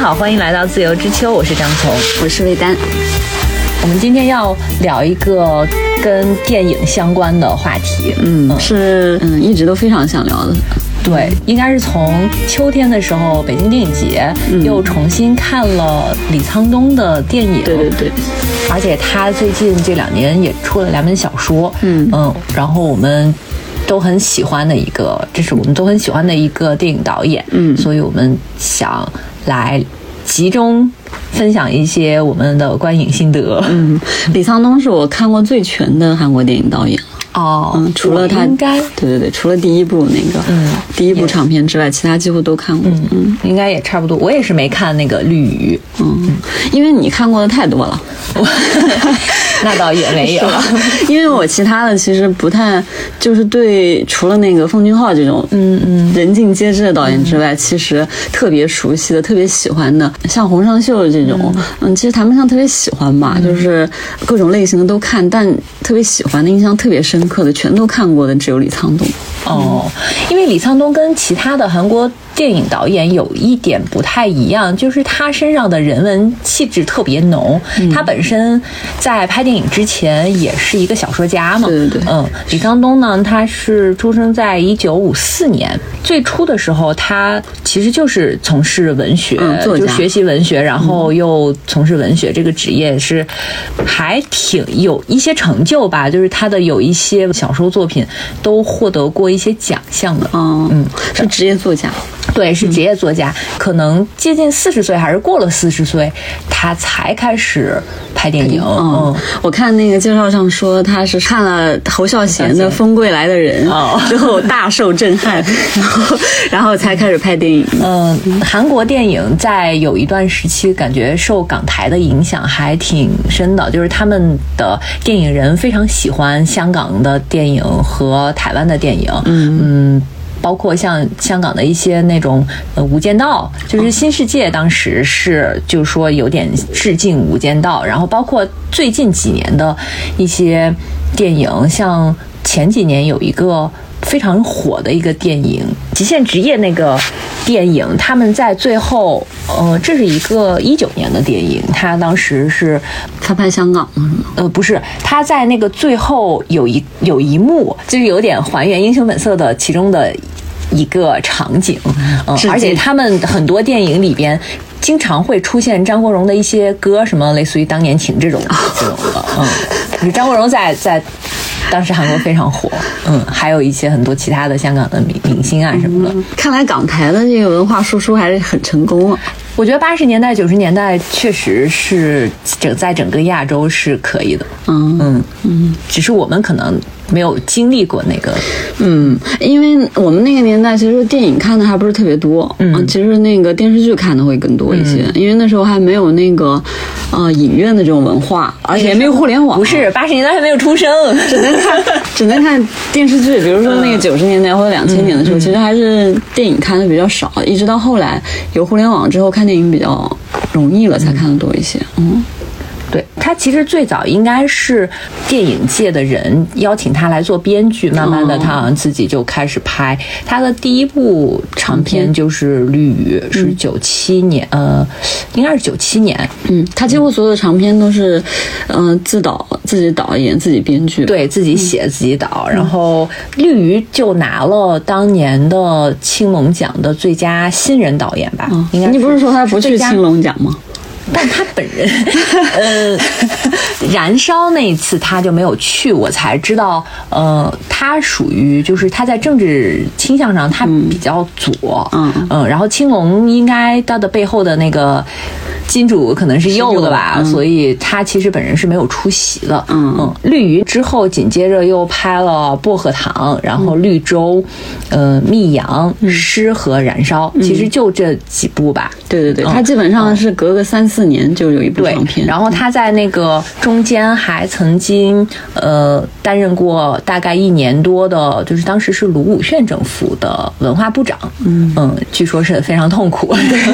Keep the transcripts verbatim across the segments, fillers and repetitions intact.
好，欢迎来到自由之秋，我是张彤， 我是魏丹。 我们今天要聊一个跟电影相关的话题， 嗯，嗯是嗯一直都非常想聊的。 对，应该是从秋天的时候，北京电影节、嗯、又重新看了李沧东的电影。 对对对， 而且他最近这两年也出了两本小说， 嗯嗯，然后我们都很喜欢的一个，这是我们都很喜欢的一个电影导演， 嗯， 所以我们想来集中分享一些我们的观影心得。 嗯，李沧东是我看过最全的韩国电影导演。 哦， 嗯，除了他， 应该对对对，除了第一部那个，嗯，第一部长片之外，其他几乎都看过。 嗯嗯，应该也差不多。我也是没看那个《绿鱼》， 嗯，因为你看过的太多了。 那倒也没有， 因为我其他的其实不太，就是对除了那个奉俊昊这种嗯嗯人尽皆知的导演之外，嗯、其实特别熟悉的、特别喜欢的，像洪尚秀这种，嗯，嗯其实谈不上特别喜欢吧，嗯、就是各种类型的都看，但特别喜欢的、印象特别深刻的，全都看过的只有李沧东。 哦，因为李沧东跟其他的韩国电影导演有一点不太一样，就是他身上的人文气质特别浓。嗯、他本身在拍电影之前也是一个小说家嘛。 对对对。 嗯，李沧东呢，他是出生在一九五四年。最初的时候，他其实就是从事文学， 嗯、 就学习文学，然后又从事文学这个职业，是还挺有一些成就吧。就是他的有一些小说作品都获得过一些奖项的。 嗯嗯，是职业作家。 对，是职业作家，嗯、可能接近四十岁还是过了四十岁，他才开始拍电影。 嗯，嗯我看那个介绍上说他是看了侯孝贤的《风归来的人》之后大受震撼，然后然后才开始拍电影。 嗯，韩国电影在有一段时期感觉受港台的影响还挺深的，就是他们的电影人非常喜欢香港的电影和台湾的电影。嗯嗯。包括像香港的一些那种呃《无间道》，就是《新世界》当时是就是说有点致敬《无间道》，然后包括最近几年的一些电影，像前几年有一个非常火的一个电影《极限职业》那个电影，他们在最后，呃，这是一个一九年的电影，他当时是他拍香港了是吗？ 呃，不是，他在那个最后有一有一幕，就是有点还原《英雄本色》的其中的一个场景，嗯，而且他们很多电影里边经常会出现张国荣的一些歌，什么类似于《当年情》这种这种的，嗯，就是张国荣在在。当时韩国非常火，嗯，还有一些很多其他的香港的明明星啊什么的。 嗯、看来港台的这个文化输出还是很成功啊。 我觉得八十年代、九十年代确实是整在整个亚洲是可以的。 嗯嗯嗯，只是我们可能没有经历过那个。 嗯，因为我们那个年代其实电影看的还不是特别多，嗯，其实那个电视剧看的会更多一些，嗯、因为那时候还没有那个呃影院的这种文化，而且也没有互联网。 不是，八十年代还没有出生， 只能看只能看电视剧。比如说那个九十年代或者两千年的时候，嗯、其实还是电影看的比较少，一直到后来有互联网之后，看电影比较容易了，才看的多一些。嗯。 对，他其实最早应该是电影界的人邀请他来做编剧，慢慢的他好像自己就开始拍。他的第一部长片就是《绿鱼》，嗯、是九七年，呃，应该是九七年。 嗯，他几乎所有的长片都是，嗯、呃，自导、自己导演、自己编剧， 对自己写、嗯、自己导。然后《绿鱼》就拿了当年的青龙奖的最佳新人导演吧？ 嗯、 应该是。 你不是说他不去青龙奖吗？ 但他本人，呃，燃烧那一次他就没有去，我才知道，呃，他属于就是他在政治倾向上他比较左，嗯嗯、呃，然后青龙应该他的背后的那个金主可能是右的吧，嗯、所以他其实本人是没有出席的，嗯嗯。绿鱼之后紧接着又拍了薄荷糖，然后绿洲，呃，密阳、诗和燃烧，嗯、其实就这几部吧。 对对对，他基本上是隔个三四年就有一部长片。 然后他在那个中间还曾经呃担任过大概一年多的，就是当时是卢武铉政府的文化部长。嗯嗯，据说是非常痛苦。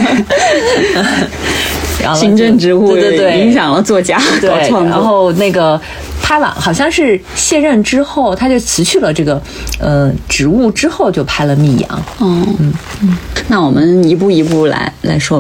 行政职务对对对影响了作家对搞创作。 然后那个拍完好像是卸任之后，他就辞去了这个呃职务，之后就拍了《密阳》。 哦，嗯嗯，那我们一步一步来来说吧。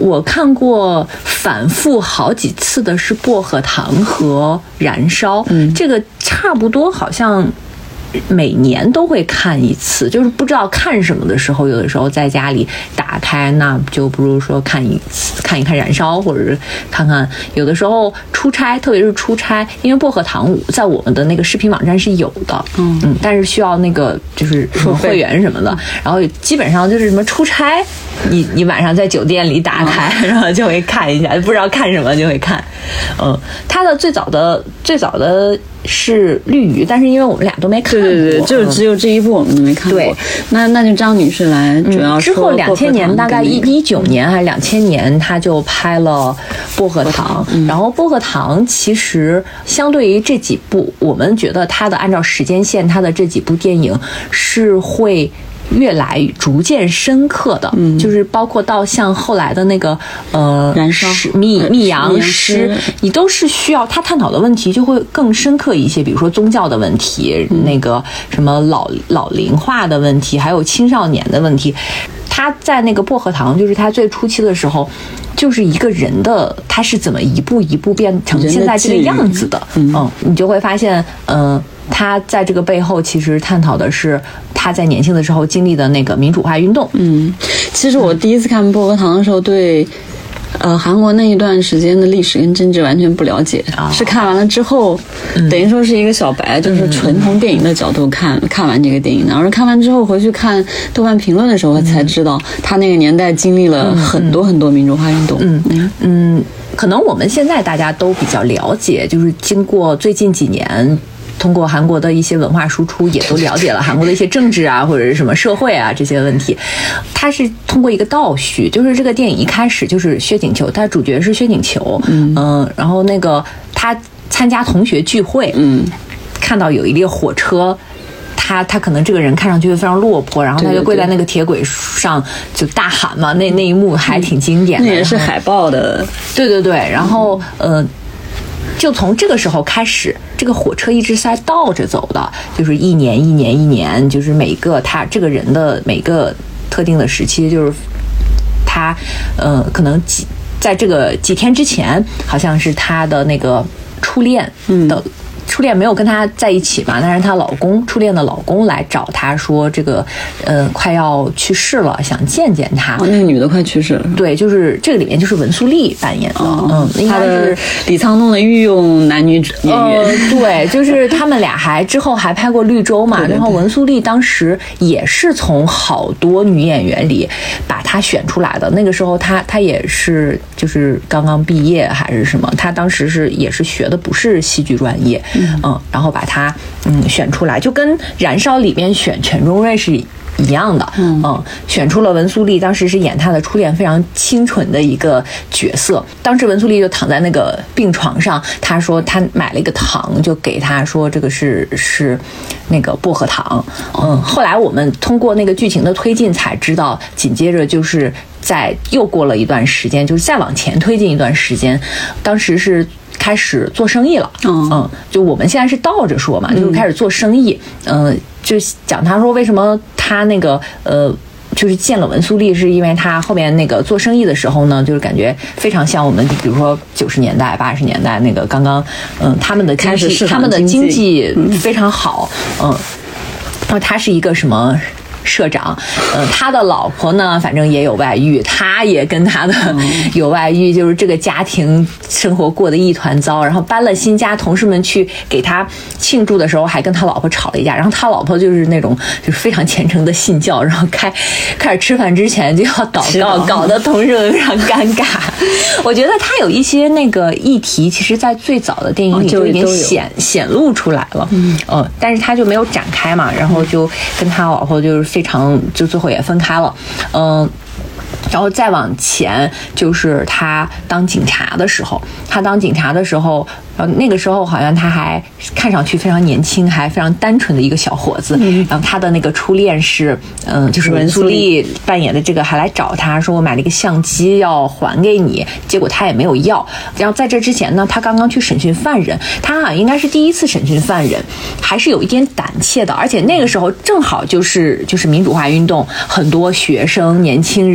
我看过反复好几次的是《薄荷糖》和《燃烧》，嗯，这个差不多好像每年都会看一次，就是不知道看什么的时候，有的时候在家里打开，那就不如说看一次看一看《燃烧》，或者是看看有的时候出差，特别是出差，因为薄荷糖在我们的那个视频网站是有的，嗯嗯，但是需要那个就是什么会员什么的，然后基本上就是什么出差，你你晚上在酒店里打开，嗯、然后就会看一下，不知道看什么就会看，嗯，它的最早的最早的。是绿鱼，但是因为我们俩都没看过， 对对对，就只有这一部我们都没看过。对，那那就张女士来，主要、嗯、 之后两千年大概一一九年还是两千年，她就拍了薄荷糖。嗯、然后薄荷糖其实相对于这几部，我们觉得它的按照时间线，它的这几部电影是会。越来逐渐深刻的，嗯，就是包括到像后来的那个呃， 燃烧、 密密阳师，你都是需要他探讨的问题就会更深刻一些，比如说宗教的问题，嗯、那个什么老老龄化的问题，还有青少年的问题。他在那个薄荷糖，就是他最初期的时候，就是一个人的他是怎么一步一步变成现在这个样子的，嗯, 嗯，你就会发现，嗯、呃。他在这个背后其实探讨的是他在年轻的时候经历的那个民主化运动。 嗯，其实我第一次看薄荷糖的时候，对呃韩国那一段时间的历史跟政治完全不了解，哦、是看完了之后，嗯、等于说是一个小白，就是纯从电影的角度看、嗯、看完这个电影，然后看完之后回去看豆瓣评论的时候才知道，他那个年代经历了很多很多民主化运动。 嗯嗯嗯，可能我们现在大家都比较了解，就是经过最近几年。通过韩国的一些文化输出，也都了解了韩国的一些政治啊，或者是什么社会啊这些问题。它是通过一个倒叙，就是这个电影一开始就是薛景求，他主角是薛景求，嗯、呃，然后那个他参加同学聚会，嗯，看到有一列火车。他他可能这个人看上去非常落魄，然后他就跪在那个铁轨上就大喊嘛，那那一幕还挺经典的， 那也是海报的， 对对对，然后呃。就从这个时候开始，这个火车一直是在倒着走的，就是一年一年一年，就是每个他这个人的每个特定的时期，就是他呃可能几在这个几天之前，好像是他的那个初恋的。嗯初恋没有跟她在一起嘛，但是她老公初恋的老公来找她说这个呃快要去世了，想见见她。 哦，那个女的快去世了。 对，就是这个里面就是文素丽扮演的，哦、嗯，应该是李沧东的御用男女演员。 呃、对，就是他们俩还之后还拍过《绿洲》嘛，对对对，然后文素丽当时也是从好多女演员里把她选出来的。那个时候她她也是就是刚刚毕业还是什么，她当时是也是学的不是戏剧专业。嗯，然后把它嗯选出来，就跟《燃烧》里面选全钟瑞是一样的。嗯, 嗯，选出了文素丽，当时是演她的初恋，非常清纯的一个角色。当时文素丽就躺在那个病床上，她说她买了一个糖，就给她说这个是是那个薄荷糖。嗯，后来我们通过那个剧情的推进才知道，紧接着就是在又过了一段时间，就是再往前推进一段时间，当时是。开始做生意了，嗯嗯，就我们现在是倒着说嘛，嗯、就是开始做生意，嗯、呃，就讲他说为什么他那个呃，就是见了文素丽，是因为他后面那个做生意的时候呢，就是感觉非常像我们，比如说九十年代、八十年代那个刚刚，嗯、呃，他们的经济，他们的经济非常好，嗯，然后他是一个什么？社长，呃，他的老婆呢，反正也有外遇，他也跟他的有外遇，就是这个家庭生活过得一团糟。然后搬了新家，同事们去给他庆祝的时候，还跟他老婆吵了一架。然后他老婆就是那种就是非常虔诚的信教，然后开开始吃饭之前就要祷告，搞得同事们非常尴尬。我觉得他有一些那个议题，其实在最早的电影里就已经显、哦、显露出来了，嗯、呃，但是他就没有展开嘛，然后就跟他老婆就是。非常就最后也分开了，嗯、呃，然后再往前就是他当警察的时候，他当警察的时候，然后那个时候好像他还看上去非常年轻，还非常单纯的一个小伙子。嗯、然后他的那个初恋是，嗯、呃，就是文素丽扮演的这个，还来找他说我买了一个相机要还给你，结果他也没有要。然后在这之前呢，他刚刚去审讯犯人，他好像应该是第一次审讯犯人，还是有一点胆怯的。而且那个时候正好就是就是民主化运动，很多学生年轻人开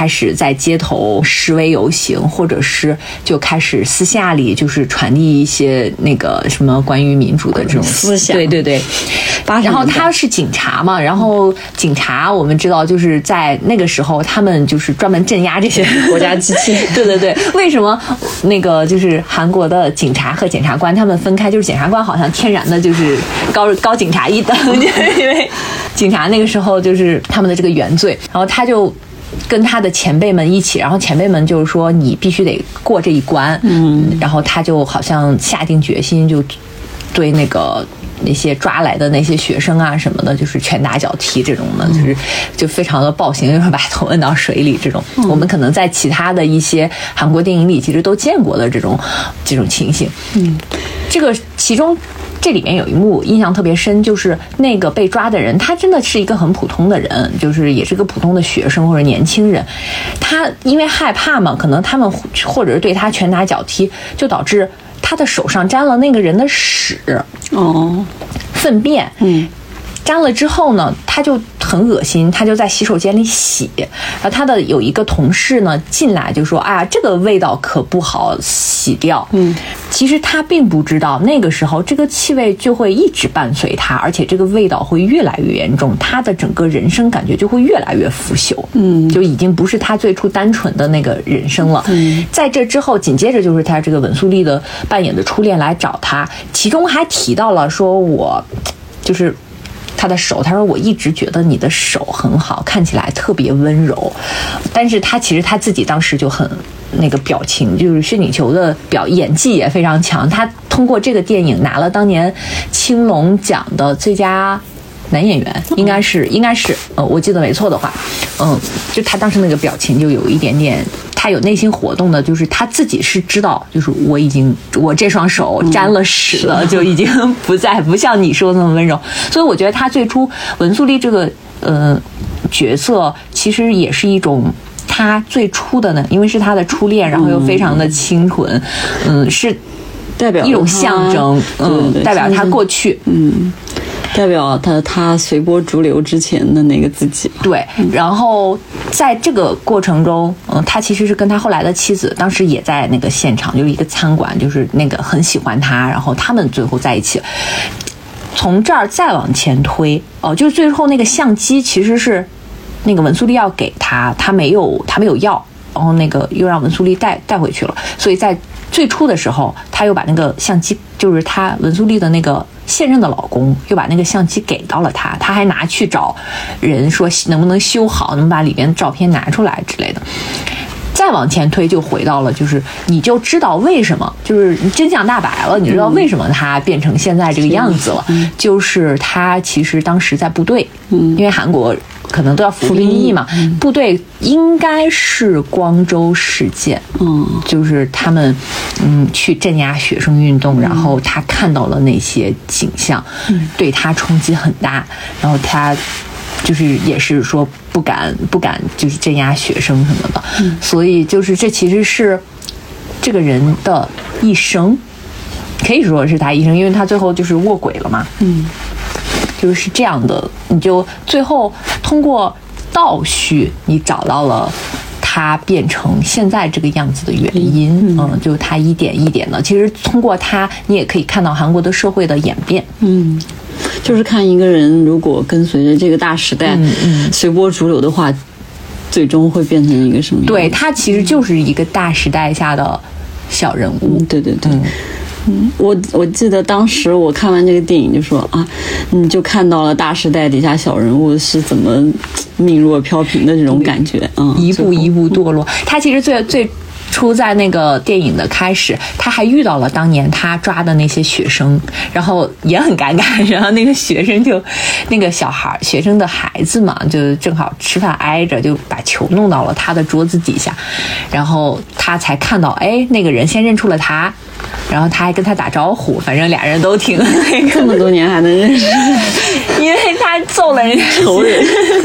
开始在街头示威游行，或者是就开始私下里就是传递一些那个什么关于民主的这种思想。 对对对。然后他是警察嘛，然后警察我们知道就是在那个时候他们就是专门镇压这些国家机器。 对对对。为什么那个就是韩国的警察和检察官他们分开？就是检察官好像天然的就是高高警察一等，就是因为警察那个时候就是他们的这个原罪，然后他就跟他的前辈们一起，然后前辈们就是说你必须得过这一关，嗯，然后他就好像下定决心，就对那个那些抓来的那些学生啊什么的，就是拳打脚踢这种的，就是就非常的暴行，就是把头摁到水里这种。嗯、我们可能在其他的一些韩国电影里其实都见过的这种这种情形。嗯，这个其中。这里面有一幕印象特别深，就是那个被抓的人，他真的是一个很普通的人，就是也是个普通的学生或者年轻人。他因为害怕嘛，可能他们或者是对他拳打脚踢，就导致他的手上沾了那个人的屎哦， 粪便，嗯。沾了之后呢，他就很恶心，他就在洗手间里洗。然后他的有一个同事呢进来就说：“啊，这个味道可不好洗掉。”嗯，其实他并不知道，那个时候这个气味就会一直伴随他，而且这个味道会越来越严重，他的整个人生感觉就会越来越腐朽。嗯，就已经不是他最初单纯的那个人生了。嗯，在这之后，紧接着就是他这个文素利的扮演的初恋来找他，其中还提到了说我就是。他的手，他说我一直觉得你的手很好，看起来特别温柔，但是他其实他自己当时就很那个表情，就是薛景求的表演技也非常强，他通过这个电影拿了当年青龙奖的最佳男演员，应该是应该是呃我记得没错的话，嗯，就他当时那个表情就有一点点。他有内心活动的，就是他自己是知道，就是我已经我这双手沾了屎了，嗯、就已经不再不像你说的那么温柔。所以我觉得他最初文素利这个呃角色，其实也是一种他最初的呢，因为是他的初恋，然后又非常的清纯，嗯，是代表一种象征，嗯，代表他过去， 嗯。代表他他随波逐流之前的那个自己。 对，然后在这个过程中，嗯，他其实是跟他后来的妻子，当时也在那个现场，就是一个餐馆，就是那个很喜欢他，然后他们最后在一起。从这儿再往前推，哦，就是最后那个相机其实是那个文素利要给他，他没有他没有要，然后那个又让文素利带带回去了，所以在最初的时候，他又把那个相机，就是他文素利的那个现任的老公，又把那个相机给到了他，他还拿去找人说能不能修好，能把里面的照片拿出来之类的。再往前推就回到了，就是你就知道为什么，就是真相大白了，你知道为什么他变成现在这个样子了，嗯、就是他其实当时在部队，嗯、因为韩国可能都要服兵役嘛，嗯、部队应该是光州事件，嗯，就是他们嗯去镇压学生运动，然后他看到了那些景象，嗯、对他冲击很大，然后他就是也是说不敢不敢就是镇压学生什么的，嗯、所以就是这其实是这个人的一生，可以说是他一生，因为他最后就是卧轨了嘛，嗯，就是这样的，你就最后通过倒叙，你找到了他变成现在这个样子的原因，嗯，嗯就是他一点一点的，其实通过他，你也可以看到韩国的社会的演变，嗯。 就是看一个人如果跟随着这个大时代随波逐流的话，嗯嗯、最终会变成一个什么样？ 对，他其实就是一个大时代下的小人物。 嗯、对对对。嗯嗯，我我记得当时我看完这个电影就说啊，你就看到了大时代底下小人物是怎么命若飘萍的这种感觉，嗯， 一步一步堕落。他其实最最。出在那个电影的开始，他还遇到了当年他抓的那些学生，然后也很尴尬，然后那个学生就那个小孩学生的孩子嘛，就正好吃饭挨着，就把球弄到了他的桌子底下，然后他才看到，哎，那个人先认出了他，然后他还跟他打招呼，反正俩人都挺那个， 这么多年还能认识， 因为他揍了人家仇人。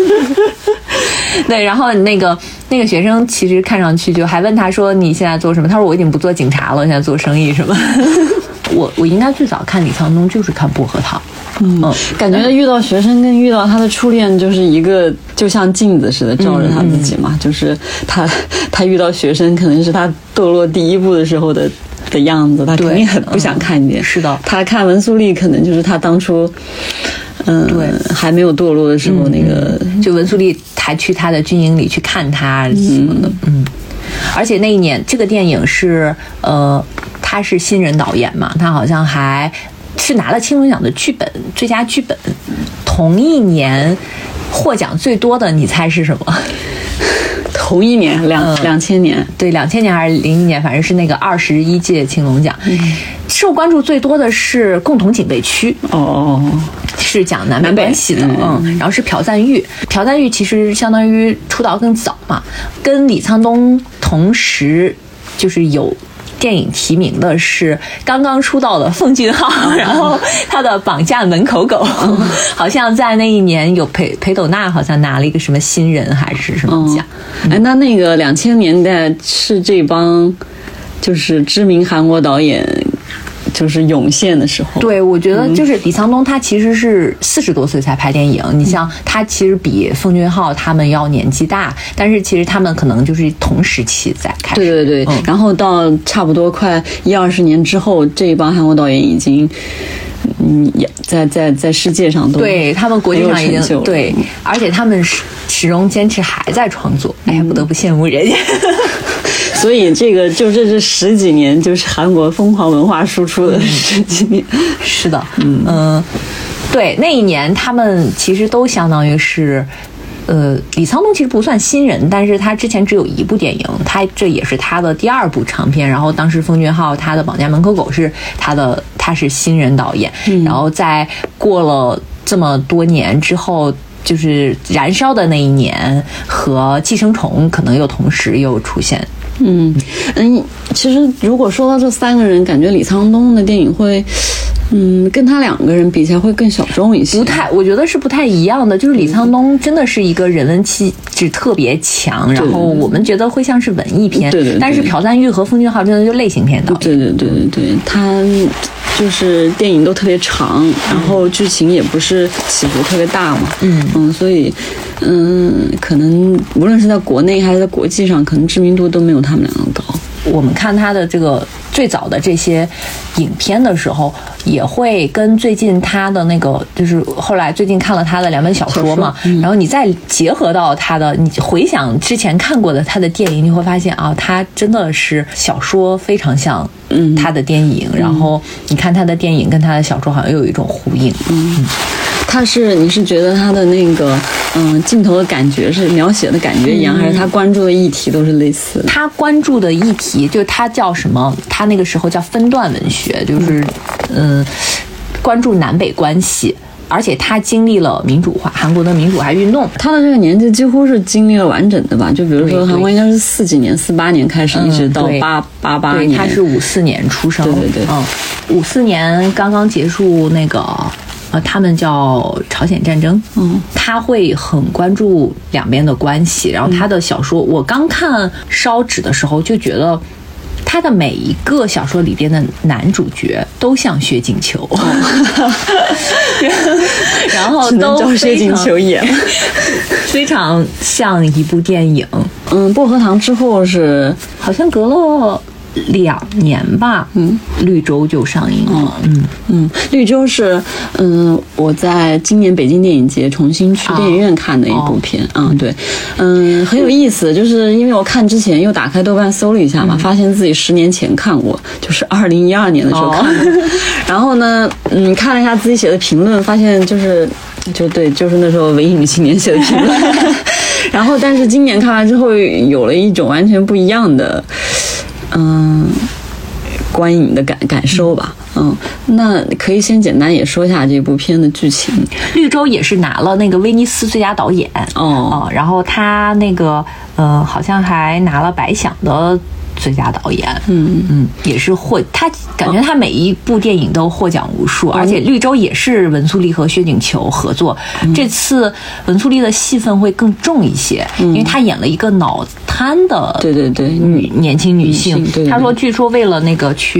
对，然后那个那个学生其实看上去就还问他说你现在做什么，他说我已经不做警察了，现在做生意什么。 我我应该最早看李沧东就是看薄荷糖。 嗯，感觉遇到学生跟遇到他的初恋就是一个，就像镜子似的照着他自己嘛。嗯、就是他他遇到学生，可能是他堕落第一步的时候的的样子，他肯定很不想看见。 嗯、是的， 他看文素丽，可能就是他当初，嗯，对，还没有堕落的时候那个， 嗯、就文素丽还去他的军营里去看他什么的，嗯。嗯而且那一年这个电影是呃，他是新人导演嘛，他好像还是拿了青龙奖的剧本最佳剧本。同一年获奖最多的，你猜是什么？ 同一年两两千年， 对，两千年还是零一年，反正是那个二十一届青龙奖。嗯、受关注最多的是《共同警备区》 哦， 是讲南北关系的，嗯，嗯然后是朴赞郁，朴赞郁其实相当于出道更早嘛，跟李沧东同时就是有电影提名的是刚刚出道的奉俊昊，然后他的《绑架门口狗》好像在那一年有裴裴斗娜好像拿了一个什么新人还是什么奖。 哎，那那个两千年代是这帮就是知名韩国导演就是涌现的时候。 对，我觉得就是李沧东他其实是四十多岁才拍电影，嗯、你像他其实比奉俊昊他们要年纪大，但是其实他们可能就是同时期在开始。 对对对，嗯、然后到差不多快一二十年之后，这一帮韩国导演已经。嗯，在在在世界上都对他们国际上已经对，而且他们始始终坚持还在创作，哎呀，不得不羡慕人家。 所以这个就这是十几年，就是韩国疯狂文化输出的十几年。 嗯、是的，嗯嗯、呃，对，那一年他们其实都相当于是。呃，李沧东其实不算新人，但是他之前只有一部电影，他这也是他的第二部长片。然后当时奉俊昊他的《绑架门口狗》是他的，他是新人导演。嗯、然后在过了这么多年之后，就是《燃烧》的那一年和《寄生虫》可能又同时又出现。 嗯嗯，其实如果说到这三个人，感觉李沧东的电影会。嗯，跟他两个人比起来会更小众一些， 不太，我觉得是不太一样的。就是李沧东真的是一个人文气质特别强，然后我们觉得会像是文艺片， 对对对。 但是朴赞郁和奉俊昊真的就类型片导演， 对对对对对，他就是电影都特别长，然后剧情也不是起伏特别大嘛，嗯嗯，所以嗯，可能无论是在国内还是在国际上，可能知名度都没有他们两个高。 我们看他的这个最早的这些影片的时候，也会跟最近他的那个，就是后来最近看了他的两本小说嘛，说嗯、然后你再结合到他的，你回想之前看过的他的电影，你会发现啊，他真的是小说非常像他的电影，嗯、然后你看他的电影跟他的小说好像又有一种呼应。嗯。嗯他是你是觉得他的那个嗯镜头的感觉是描写的感觉一样，嗯、还是他关注的议题都是类似的？ 他关注的议题就是他叫什么？他那个时候叫分段文学，就是嗯关注南北关系。而且他经历了民主化，韩国的民主化运动。 他的这个年纪几乎是经历了完整的吧？就比如说韩国应该是四几年、四八年开始，一直到八八八年。 对，他是五四年出生。 对对对， 嗯，五四年刚刚结束那个。呃，他们叫朝鲜战争，嗯，他会很关注两边的关系。然后他的小说，嗯、我刚看《烧纸》的时候就觉得，他的每一个小说里边的男主角都像薛景求，哦、然后都叫薛景求演， 非常像一部电影。 嗯，薄荷糖之后是好像隔了。两年吧，嗯，绿洲就上映了，嗯嗯，绿洲是，嗯，我在今年北京电影节重新去电影院看的一部片，啊、哦嗯，对，嗯，很有意思，就是因为我看之前又打开豆瓣搜了一下嘛，嗯、发现自己十年前看过，就是二零一二年的时候看过，哦、然后呢，嗯，看了一下自己写的评论，发现就是，就对，就是那时候文艺女青年写的评论，然后但是今年看完之后，有了一种完全不一样的。嗯，观影的感感受吧。嗯，那可以先简单也说一下这部片的剧情。 绿洲也是拿了那个威尼斯最佳导演哦、嗯，然后他那个呃，好像还拿了百想的最佳导演。嗯嗯，也是获他感觉他每一部电影都获奖无数，哦、而且绿洲也是文素丽和薛景求合作。嗯、这次文素丽的戏份会更重一些，嗯、因为她演了一个脑瘫的对对对女年轻女性。 对对对， 她说，据说为了那个去。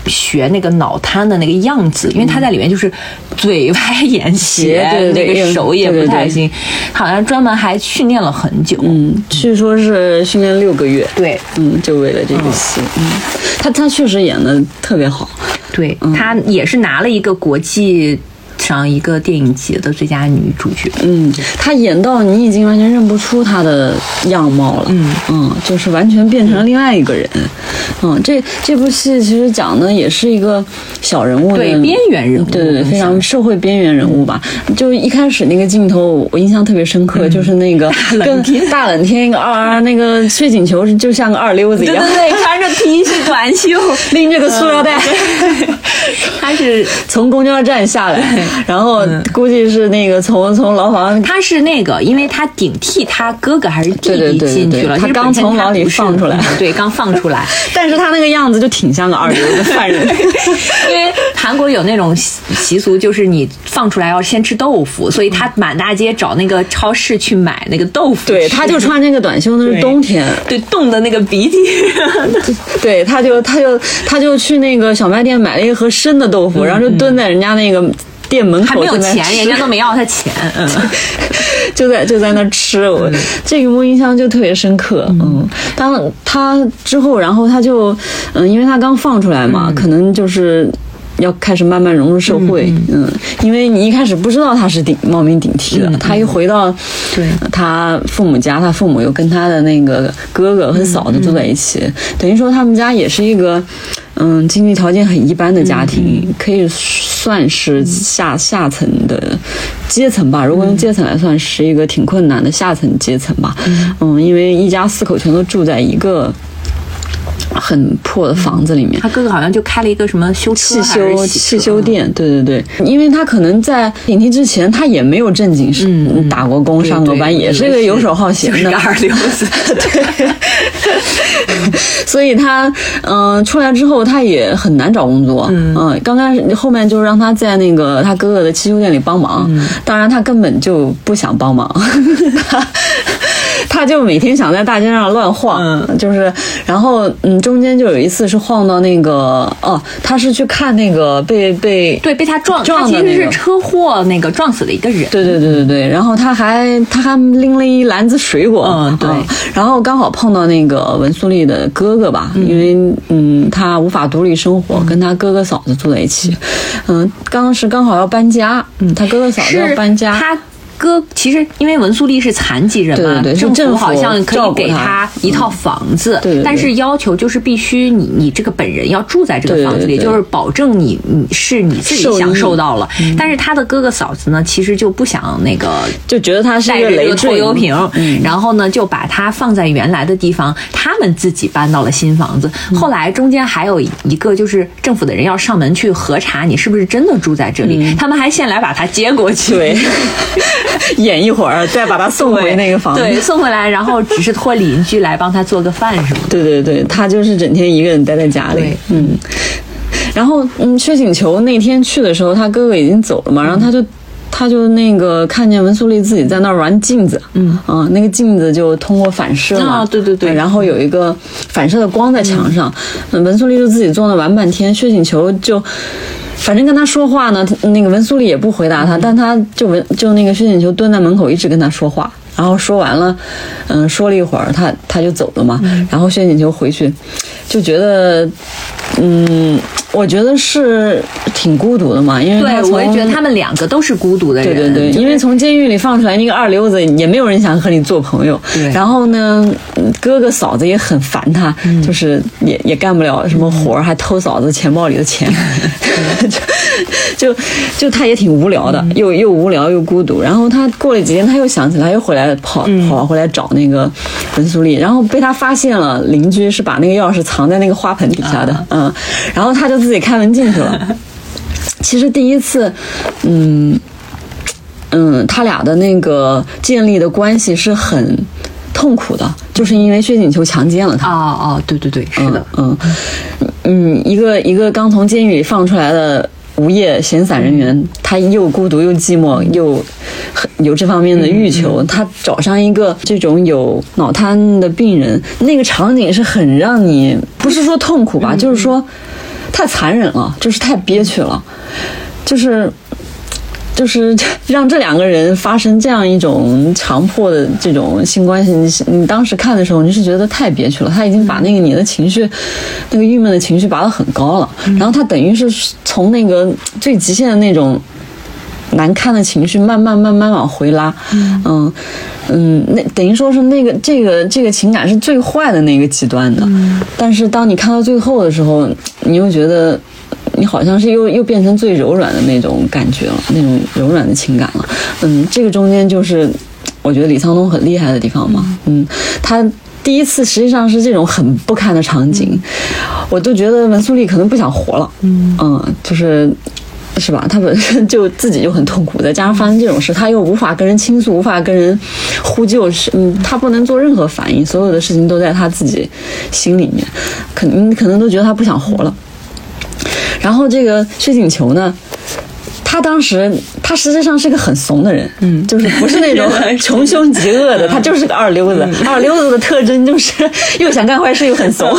学那个脑瘫的那个样子，因为他在里面就是嘴歪眼斜， 对对对， 那个手也不太行，好像专门还训练了很久。 嗯，据说是训练六个月。 对， 嗯，就为了这个戏。嗯，他他确实演得特别好。 对，他也是拿了一个国际上一个电影节的最佳女主角。 嗯，她演到你已经完全认不出她的样貌了。 嗯嗯，就是完全变成了另外一个人。嗯，这这部戏其实讲的也是一个小人物的， 对，边缘人物， 对对对，非常社会边缘人物吧。就一开始那个镜头我印象特别深刻，嗯、就是那个跟大冷天一个二那个薛景求就像个二溜子一样， 对对对，穿着 T 恤短袖， 拎着个塑料袋， 嗯、他是从公交站下来。然后估计是那个从从牢房， 他是那个，因为他顶替他哥哥还是弟弟进去了， 他刚从牢里放出来， 对，刚放出来， 但是他那个样子就挺像个二流的犯人， 因为韩国有那种习俗，就是你放出来要先吃豆腐，所以他满大街找那个超市去买那个豆腐， 对，他就穿那个短袖，那是冬天， 对，冻的那个鼻涕， 对，他就他就他就去那个小卖店买了一盒生的豆腐，嗯、然后就蹲在人家那个店门口， 还没有钱，人家都没要他钱，嗯， 就在就在那吃，我、嗯、这个幕印象就特别深刻，嗯，当他之后，然后他就，嗯，因为他刚放出来嘛，嗯、可能就是要开始慢慢融入社会，嗯，嗯因为你一开始不知道他是顶冒名顶替的，嗯、他一回到对他父母家，他父母又跟他的那个哥哥和嫂子住在一起，嗯、等于说他们家也是一个。嗯，经济条件很一般的家庭，嗯、可以算是下下层的阶层吧。如果用阶层来算，是一个挺困难的下层阶层吧。嗯，嗯因为一家四口全都住在一个很破的房子里面。 他哥哥好像就开了一个什么修汽修汽修店，对对对。因为他可能在顶替之前，他也没有正经是、嗯、打过工、上过班，也是一个游手好闲的、 就是、二流子。 对。所以他嗯、呃、出来之后他也很难找工作，嗯、呃，刚开始后面就让他在那个他哥哥的汽修店里帮忙，嗯、当然他根本就不想帮忙，他他就每天想在大街上乱晃，嗯、就是然后嗯中间就有一次是晃到那个哦他是去看那个被被对被他撞撞的、那个、 他其实是车祸那个撞死了一个人， 对对对对对，然后他还他还拎了一篮子水果， 嗯对，嗯、 然后刚好碰到那个文素丽的哥哥吧，嗯、因为嗯他无法独立生活，嗯、跟他哥哥嫂子住在一起，嗯当时刚好要搬家，嗯他哥哥嫂子要搬家， 他哥其实因为文素丽是残疾人嘛， 对对对， 政府好像可以给他一套房子， 嗯、对对对， 但是要求就是必须你你这个本人要住在这个房子里，对对对，就是保证你你是你自己享受到了。嗯、但是他的哥哥嫂子呢，其实就不想那个， 就觉得他是一个累拖油瓶，嗯、然后呢就把他放在原来的地方，他们自己搬到了新房子。嗯、后来中间还有一个就是政府的人要上门去核查你是不是真的住在这里，嗯、他们还先来把他接过去。 对。演一会儿，再把他送回那个房子。 对，对送回来，然后只是托邻居来帮他做个饭什么的。 对对对，他就是整天一个人待在家里。嗯。然后，嗯，薛景求那天去的时候，他哥哥已经走了嘛，然后他就，他就那个看见文素丽自己在那儿玩镜子，嗯啊，那个镜子就通过反射嘛， 啊，对对对， 然后有一个反射的光在墙上，嗯，文素丽就自己坐那玩半天，薛景求就。反正跟他说话呢，那个文素丽也不回答他，但他就文就那个薛景求蹲在门口一直跟他说话，然后说完了，嗯，说了一会儿，他他就走了嘛。嗯、然后薛景求回去，就觉得，嗯，我觉得是挺孤独的嘛，因为对，我也觉得他们两个都是孤独的人。 对对对，就是、因为从监狱里放出来那个二流子，也没有人想和你做朋友。 对。 然后呢，哥哥嫂子也很烦他，嗯、就是也也干不了什么活，嗯、还偷嫂子钱包里的钱。就就他也挺无聊的，又又无聊又孤独。然后他过了几天，他又想起来，又回来跑跑回来找那个文素丽，然后被他发现了，邻居是把那个钥匙藏在那个花盆底下的，啊、嗯，然后他就自己开门进去了。其实第一次，嗯嗯，他俩的那个建立的关系是很痛苦的，就是因为薛景求强奸了他。 哦哦，对对对，是的， 嗯嗯，嗯一个一个刚从监狱里放出来的无业闲散人员，他又孤独又寂寞，又有这方面的欲求，他找上一个这种有脑瘫的病人，那个场景是很让你不是说痛苦吧，就是说。 太残忍了，就是太憋屈了，就是就是让这两个人发生这样一种强迫的这种性关系，你你当时看的时候，你是觉得太憋屈了，他已经把那个你的情绪，那个郁闷的情绪拔得很高了，然后他等于是从那个最极限的那种难看的情绪慢慢慢慢往回拉，嗯嗯，那等于说是那个这个这个情感是最坏的那个极端的，但是当你看到最后的时候，你又觉得你好像是又又变成最柔软的那种感觉了，那种柔软的情感了。嗯，这个中间就是我觉得李沧东很厉害的地方嘛。嗯，他第一次实际上是这种很不堪的场景，我都觉得文素丽可能不想活了。嗯嗯，就是是吧？他本身就自己就很痛苦，再加上发生这种事，他又无法跟人倾诉，无法跟人呼救，是嗯，他不能做任何反应，所有的事情都在他自己心里面，可能可能都觉得他不想活了。然后这个薛景求呢，他当时他实际上是个很怂的人，嗯，就是不是那种穷凶极恶的，他就是个二流子。嗯、二流子的特征就是又想干坏事又很怂，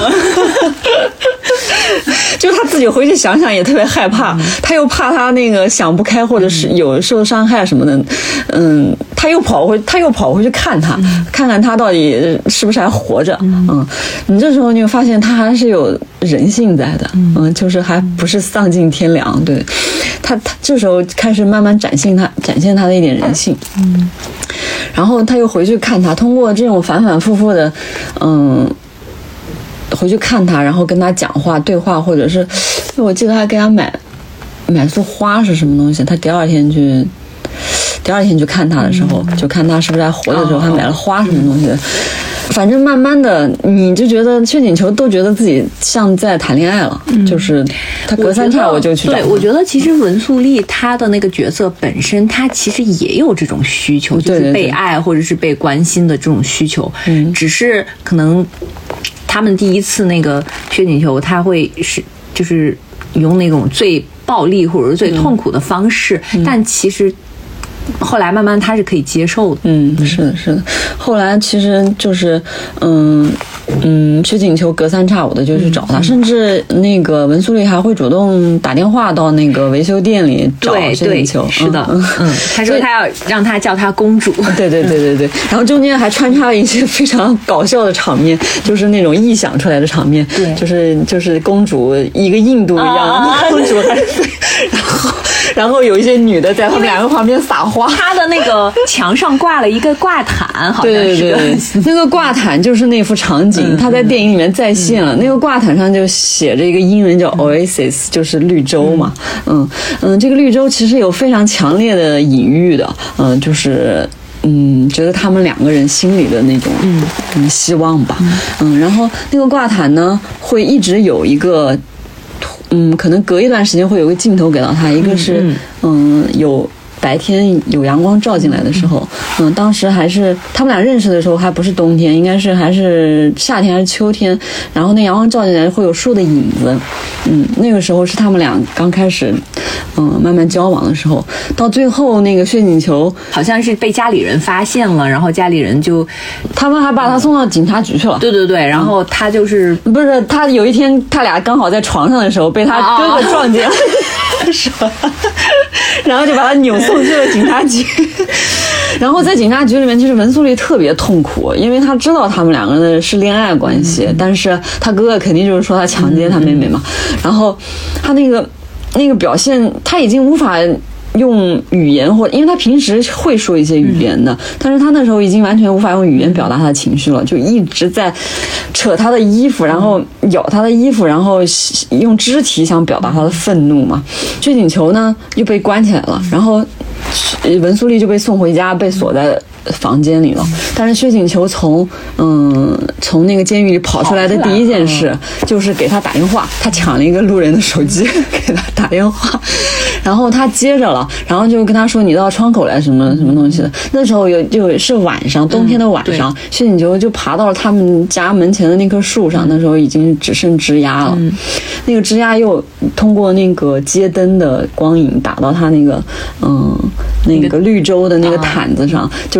就他自己回去想想也特别害怕，他又怕他那个想不开或者是有受伤害什么的，嗯，他又跑回他又跑回去看他，嗯、看看他到底是不是还活着，嗯，嗯你这时候你就发现他还是有人性在的，嗯，就是还不是丧尽天良，对他他这时候开始慢慢展现他展现他的一点人性，嗯，然后他又回去看他，通过这种反反复复的，嗯。回去看他，然后跟他讲话对话，或者是我记得还给他买买束花是什么东西，他第二天去第二天去看他的时候，就看他是不是还活的时候，他买了花什么东西的。反正慢慢的你就觉得薛景求都觉得自己像在谈恋爱了，嗯、就是他隔三差五就去找他。 对，我觉得其实文素丽她的那个角色本身，她其实也有这种需求，就是被爱或者是被关心的这种需求，嗯，只是可能他们第一次那个薛景求他会是就是用那种最暴力或者是最痛苦的方式，嗯、但其实后来慢慢他是可以接受的。 嗯，是的，是的。后来其实就是嗯嗯，薛景求隔三差五的就去找他，嗯、甚至那个文素丽还会主动打电话到那个维修店里找薛景求。 是的，嗯，嗯他说他要让他叫他公主。 对对对对对。然后中间还穿插了一些非常搞笑的场面，就是那种臆想出来的场面，对，就是就是公主一个印度一样，啊、公主还然后然后有一些女的在他们两个旁边撒花。 他的那个墙上挂了一个挂毯，好像是对对对，那个挂毯就是那幅场景。嗯、他在电影里面再现了，嗯、那个挂毯上就写着一个英文叫 Oasis，嗯、就是绿洲嘛。嗯嗯，这个绿洲其实有非常强烈的隐喻的，嗯，就是嗯，觉得他们两个人心里的那种嗯希望吧。嗯，然后那个挂毯呢，会一直有一个。嗯，可能隔一段时间会有个镜头给到他，一个是嗯有白天有阳光照进来的时候，嗯，当时还是他们俩认识的时候还不是冬天，应该是还是夏天还是秋天，然后那阳光照进来会有树的影子，嗯，那个时候是他们俩刚开始嗯慢慢交往的时候，到最后那个薛景求好像是被家里人发现了，然后家里人就他们还把他送到警察局去了。 对对对，然后他就是不是他有一天他俩刚好在床上的时候被他哥哥撞见了，是吧？然后就把他扭送去了警察局。然后在警察局里面，其实文素丽特别痛苦，因为他知道他们两个人是恋爱关系，嗯、但是他哥哥肯定就是说他强奸他妹妹嘛，嗯、然后他那个那个表现，他已经无法用语言，或因为他平时会说一些语言的，嗯、但是他那时候已经完全无法用语言表达他的情绪了，就一直在扯他的衣服，然后咬他的衣服，然后用肢体想表达他的愤怒嘛。薛景求呢又被关起来了，然后文素丽就被送回家，被锁在房间里了。但是薛景求从嗯从那个监狱里跑出来的第一件事就是给他打电话，他抢了一个路人的手机给他打电话，然后他接着了，然后就跟他说你到窗口来什么什么东西的。那时候有就是晚上，冬天的晚上，嗯、薛景求就爬到了他们家门前的那棵树上，那时候已经只剩枝桠了，嗯、那个枝桠又通过那个街灯的光影打到他那个嗯那个绿洲的那个毯子上，就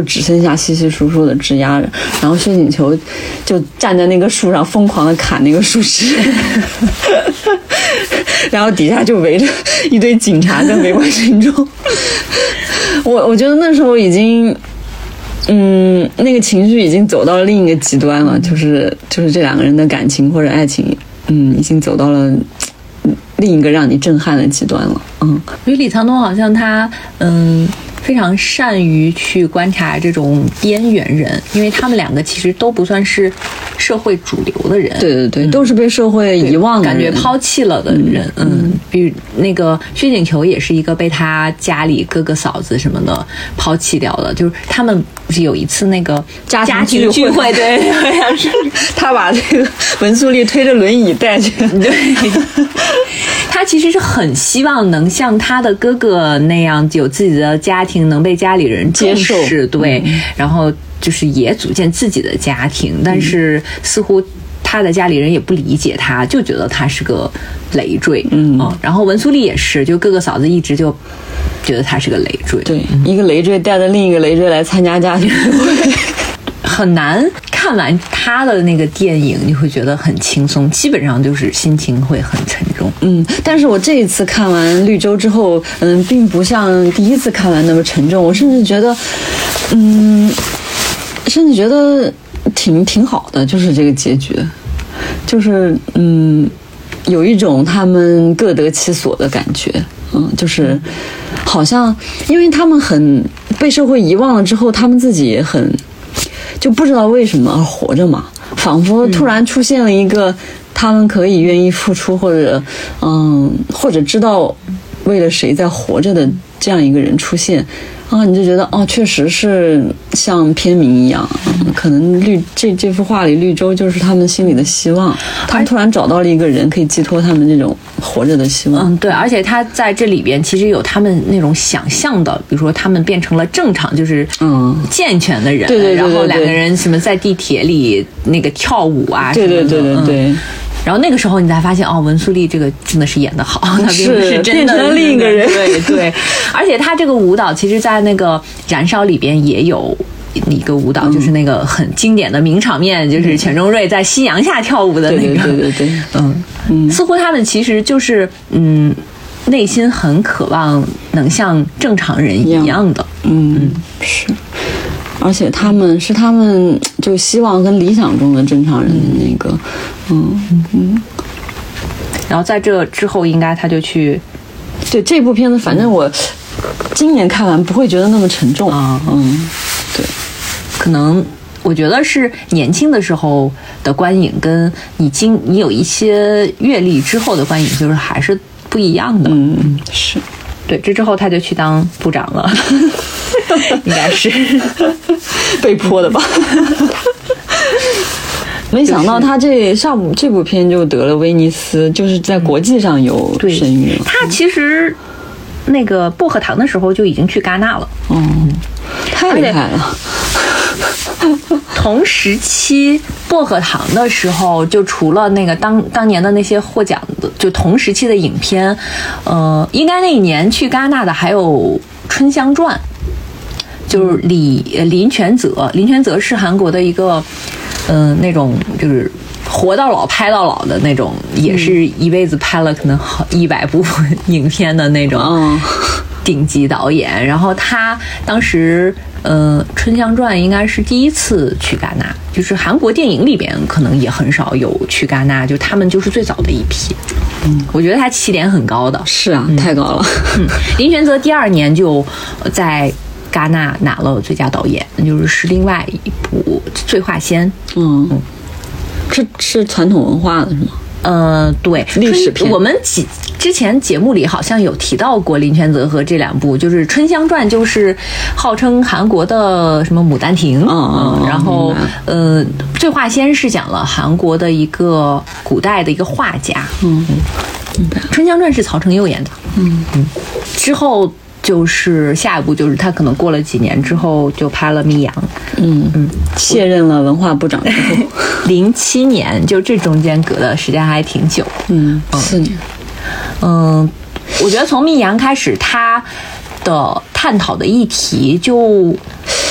只剩下稀稀疏疏的枝丫，然后薛景求就站在那个树上疯狂的砍那个树枝，然后底下就围着一堆警察跟围观群众。我我觉得那时候已经。嗯，那个情绪已经走到了另一个极端了，就是就是这两个人的感情或者爱情，嗯，已经走到了另一个让你震撼的极端了。嗯， 因为李沧东好像他嗯非常善于去观察这种边缘人，因为他们两个其实都不算是社会主流的人， 对对对，嗯、都是被社会遗忘的人， 感觉抛弃了的人。嗯，嗯比如那个薛景求也是一个被他家里哥哥嫂子什么的抛弃掉的，就是他们不是有一次那个家庭聚会， 聚会对，好像是他把这个文素丽推着轮椅带去， 对。他其实是很希望能像他的哥哥那样有自己的家庭，能被家里人重视，对、嗯，然后就是也组建自己的家庭，但是似乎他的家里人也不理解他，就觉得他是个累赘，嗯，嗯然后文素丽也是，就哥哥嫂子一直就觉得他是个累赘， 对，嗯、一个累赘带着另一个累赘来参加家庭聚会。 很难看完他的那个电影，你会觉得很轻松，基本上就是心情会很沉重。 嗯，但是我这一次看完《绿洲》之后，嗯，并不像第一次看完那么沉重，我甚至觉得，嗯，甚至觉得挺挺好的，就是这个结局，就是嗯，有一种他们各得其所的感觉。嗯，就是好像因为他们很被社会遗忘了之后，他们自己也很就不知道为什么而活着嘛，仿佛突然出现了一个他们可以愿意付出或者嗯或者知道为了谁在活着的这样一个人出现啊，你就觉得哦，确实是像片名一样，嗯、可能绿这这幅画里绿洲就是他们心里的希望，他们突然找到了一个人可以寄托他们这种活着的希望。 嗯，对，而且他在这里边其实有他们那种想象的，比如说他们变成了正常，就是嗯健全的人， 对对对对对， 然后两个人什么在地铁里那个跳舞啊， 对对对对对。嗯然后那个时候你才发现，哦，文素丽这个真的是演得好，她并不是真的变成了另一个人。 对对，而且她这个舞蹈，其实在那个《燃烧》里边也有一个舞蹈，嗯、就是那个很经典的名场面，就是钱钟瑞在夕阳下跳舞的那个。 对对对对对， 嗯嗯，似乎他们其实就是嗯，内心很渴望能像正常人一样的。 嗯嗯，是。而且他们是他们就希望跟理想中的正常人的那个，嗯嗯。 然后在这之后，应该他就去， 对这部片子，反正我今年看完不会觉得那么沉重啊，嗯，对， 可能我觉得是年轻的时候的观影，跟你经你有一些阅历之后的观影，就是还是不一样的， 嗯，是。 对，这之后他就去当部长了，应该是被迫的吧。没想到他这上部这部片就得了威尼斯，就是在国际上有声誉了。 他其实那个薄荷糖的时候就已经去戛纳了， 嗯，太厉害了。 同时期薄荷糖的时候，就除了那个当当年的那些获奖的，就同时期的影片，呃，应该那一年去戛纳的还有《春香传》，就是李林权泽，林权泽是韩国的一个，嗯、呃，那种就是活到老拍到老的那种，也是一辈子拍了可能好一百部影片的那种。 嗯顶级导演，然后他当时，呃，《春香传》应该是第一次去戛纳，就是韩国电影里边可能也很少有去戛纳，就他们就是最早的一批。嗯，我觉得他起点很高的。 是啊，嗯、太高了。 嗯，林权泽第二年就在戛纳拿了最佳导演，就是是另外一部《醉画仙》。 嗯，嗯是是传统文化的是吗？ 呃，对， 历史片。 我们几之前节目里好像有提到过林权泽和这两部，就是《春香传》就是号称韩国的什么《牡丹亭》， 嗯嗯，然后呃，《醉画仙》是讲了韩国的一个古代的一个画家， 嗯嗯，《春香传》是曹承佑演的， 嗯嗯，之后就是下一步就是他可能过了几年之后就拍了《密阳》， 嗯嗯，卸任了文化部长之后， 零七年就这中间隔的时间还挺久， 嗯，四年。 嗯，我觉得从《密阳》开始，他的探讨的议题就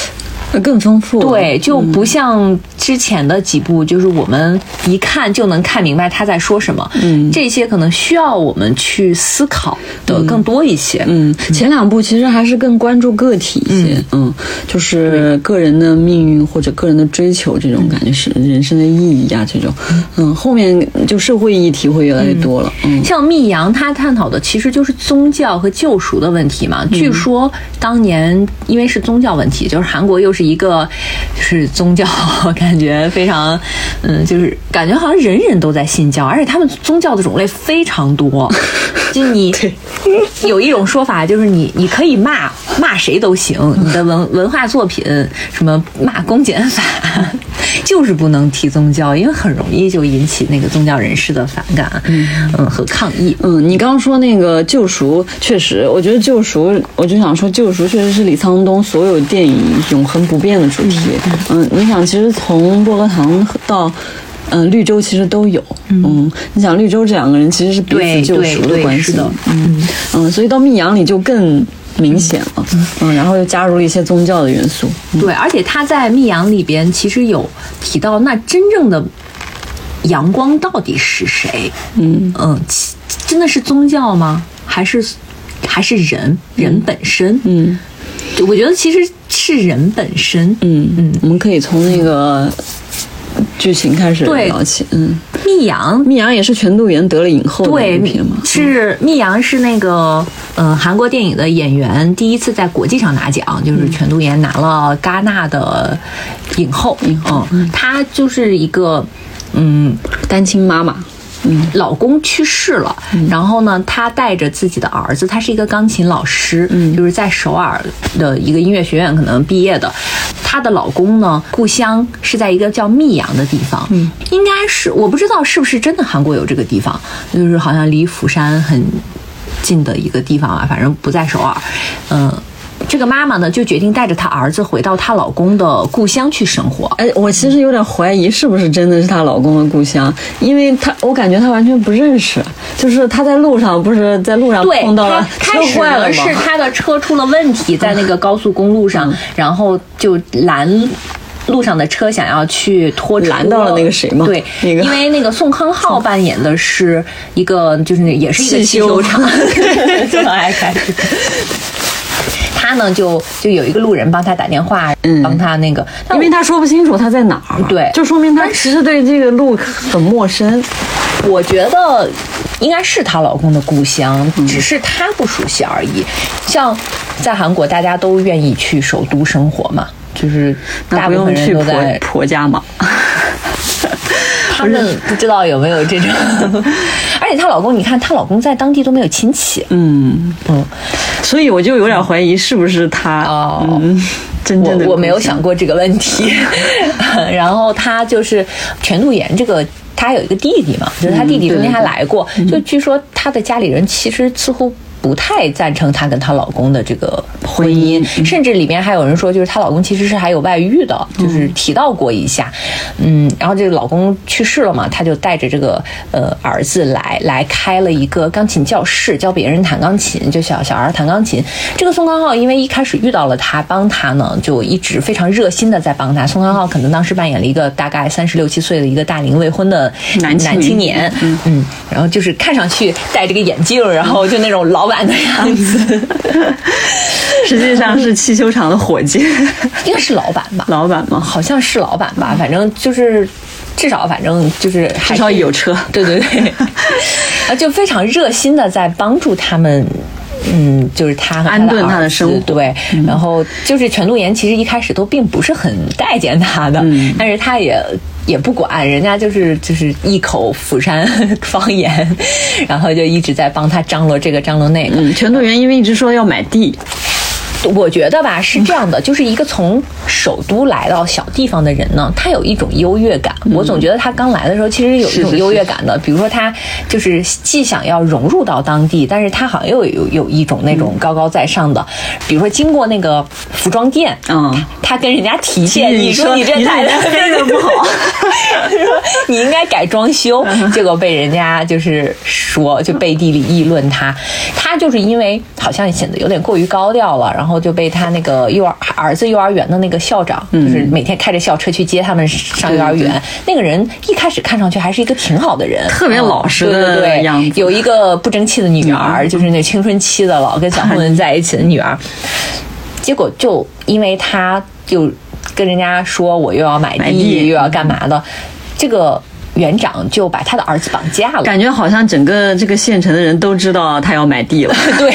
更丰富。 对，就不像之前的几部，就是我们一看就能看明白他在说什么。嗯，这些可能需要我们去思考的更多一些。 嗯，嗯前两部其实还是更关注个体一些，嗯，嗯就是个人的命运或者个人的追求这种感觉，是人生的意义啊这种。嗯，后面就社会议题会越来越多了。嗯， 像密阳他探讨的其实就是宗教和救赎的问题嘛。嗯、据说当年因为是宗教问题，就是韩国又是一个就是宗教感觉非常嗯，就是感觉好像人人都在信教，而且他们宗教的种类非常多。就你有一种说法，就是你你可以骂骂谁都行，你的文文化作品什么骂公检法，就是不能提宗教，因为很容易就引起那个宗教人士的反感，嗯嗯和抗议。 嗯，你刚刚说那个救赎，确实，我觉得救赎，我就想说救赎确实是李沧东所有电影永恒不变的主题。嗯，嗯你想，其实从薄荷糖到嗯、呃，绿洲其实都有，嗯，嗯你想绿洲这两个人其实是彼此救赎的关系，嗯嗯，所以到密阳里就更明显了，嗯，嗯然后又加入了一些宗教的元素， 嗯、对，而且他在密阳里边其实有提到，那真正的阳光到底是谁？嗯嗯，真的是宗教吗？还是还是人人本身？嗯，我觉得其实是人本身， 嗯嗯，我们可以从那个剧情开始聊起。嗯， 密阳， 密阳也是全度妍得了影后的影片嘛？ 是密阳是那个呃韩国电影的演员第一次在国际上拿奖，就是全度妍拿了戛纳的影后。影后，嗯，她就是一个嗯单亲妈妈。 嗯，老公去世了，嗯、然后呢，她带着自己的儿子，她是一个钢琴老师，嗯，就是在首尔的一个音乐学院可能毕业的。她的老公呢，故乡是在一个叫密阳的地方，嗯，应该是我不知道是不是真的韩国有这个地方，就是好像离釜山很近的一个地方啊，反正不在首尔，嗯、呃。这个妈妈呢，就决定带着她儿子回到她老公的故乡去生活。 哎，我其实有点怀疑是不是真的是她老公的故乡，因为她我感觉她完全不认识，就是她在路上不是在路上碰到了车坏了吗？ 是她的车出了问题，在那个高速公路上，嗯、然后就拦。路上的车想要去拖车， 拦到了那个谁吗？ 对， 那个因为那个宋康昊扮演的是一个，就是也是一个汽修厂，这么爱开始。他呢，就就有一个路人帮他打电话，嗯、帮他那个， 因为他说不清楚他在哪儿， 对， 就说明他其实对这个路很陌生。 我觉得应该是她老公的故乡，嗯、只是她不熟悉而已。像在韩国，大家都愿意去首都生活嘛。就是大部分人都在婆, 婆家嘛， 他们不知道有没有这种，而且她老公，你看她老公在当地都没有亲戚， 嗯嗯，所以我就有点怀疑是不是他哦、 嗯，真正的我我没有想过这个问题。然后他就是全度妍这个。他有一个弟弟嘛，就是他弟弟中间还来过，嗯、就据说他的家里人其实似乎不太赞成她跟她老公的这个婚姻，嗯、甚至里面还有人说，就是她老公其实是还有外遇的，嗯、就是提到过一下，嗯，然后这个老公去世了嘛，她就带着这个呃儿子来来开了一个钢琴教室，教别人弹钢琴，就小小孩弹钢琴。这个宋康昊因为一开始遇到了他，帮他呢就一直非常热心的在帮他。宋康昊可能当时扮演了一个大概三十六七岁的一个大龄未婚的男男青年，嗯嗯，然后就是看上去戴这个眼镜，然后就那种老板的样子， 实际上是汽修厂的伙计， 应该是老板吧？ 老板吗？ 好像是老板吧，反正就是至少反正就是至少有车， 对对对，啊，就非常热心的在帮助他们。嗯，就是他和他的安顿他的生活， 对，嗯、然后就是全度妍其实一开始都并不是很待见他的， 嗯、 但是他也也不管，人家就是就是一口釜山方言，然后就一直在帮他张罗这个张罗那个。 嗯，全度妍因为一直说要买地。 我觉得吧是这样的，就是一个从首都来到小地方的人呢，他有一种优越感。嗯、我总觉得他刚来的时候其实有一种优越感的，是是是比如说他就是既想要融入到当地，但是他好像又有有一种那种高高在上的，嗯、比如说经过那个服装店，嗯，他, 他跟人家提建议说你这太太非常不好， 说你应该改装修，嗯、结果被人家就是说就背地里议论他，他就是因为好像显得有点过于高调了，然后。 后就被他那个幼儿儿子幼儿园的那个校长，嗯、就是每天开着校车去接他们上幼儿园。对对对，那个人一开始看上去还是一个挺好的人， 特别老实的样子。 对对对，有一个不争气的女儿，嗯、就是那青春期的老跟小混混在一起的女儿。结果就因为他就跟人家说我又要买地, 买地又要干嘛的，这个园长就把他的儿子绑架了， 感觉好像整个这个县城的人都知道他要买地了。 对，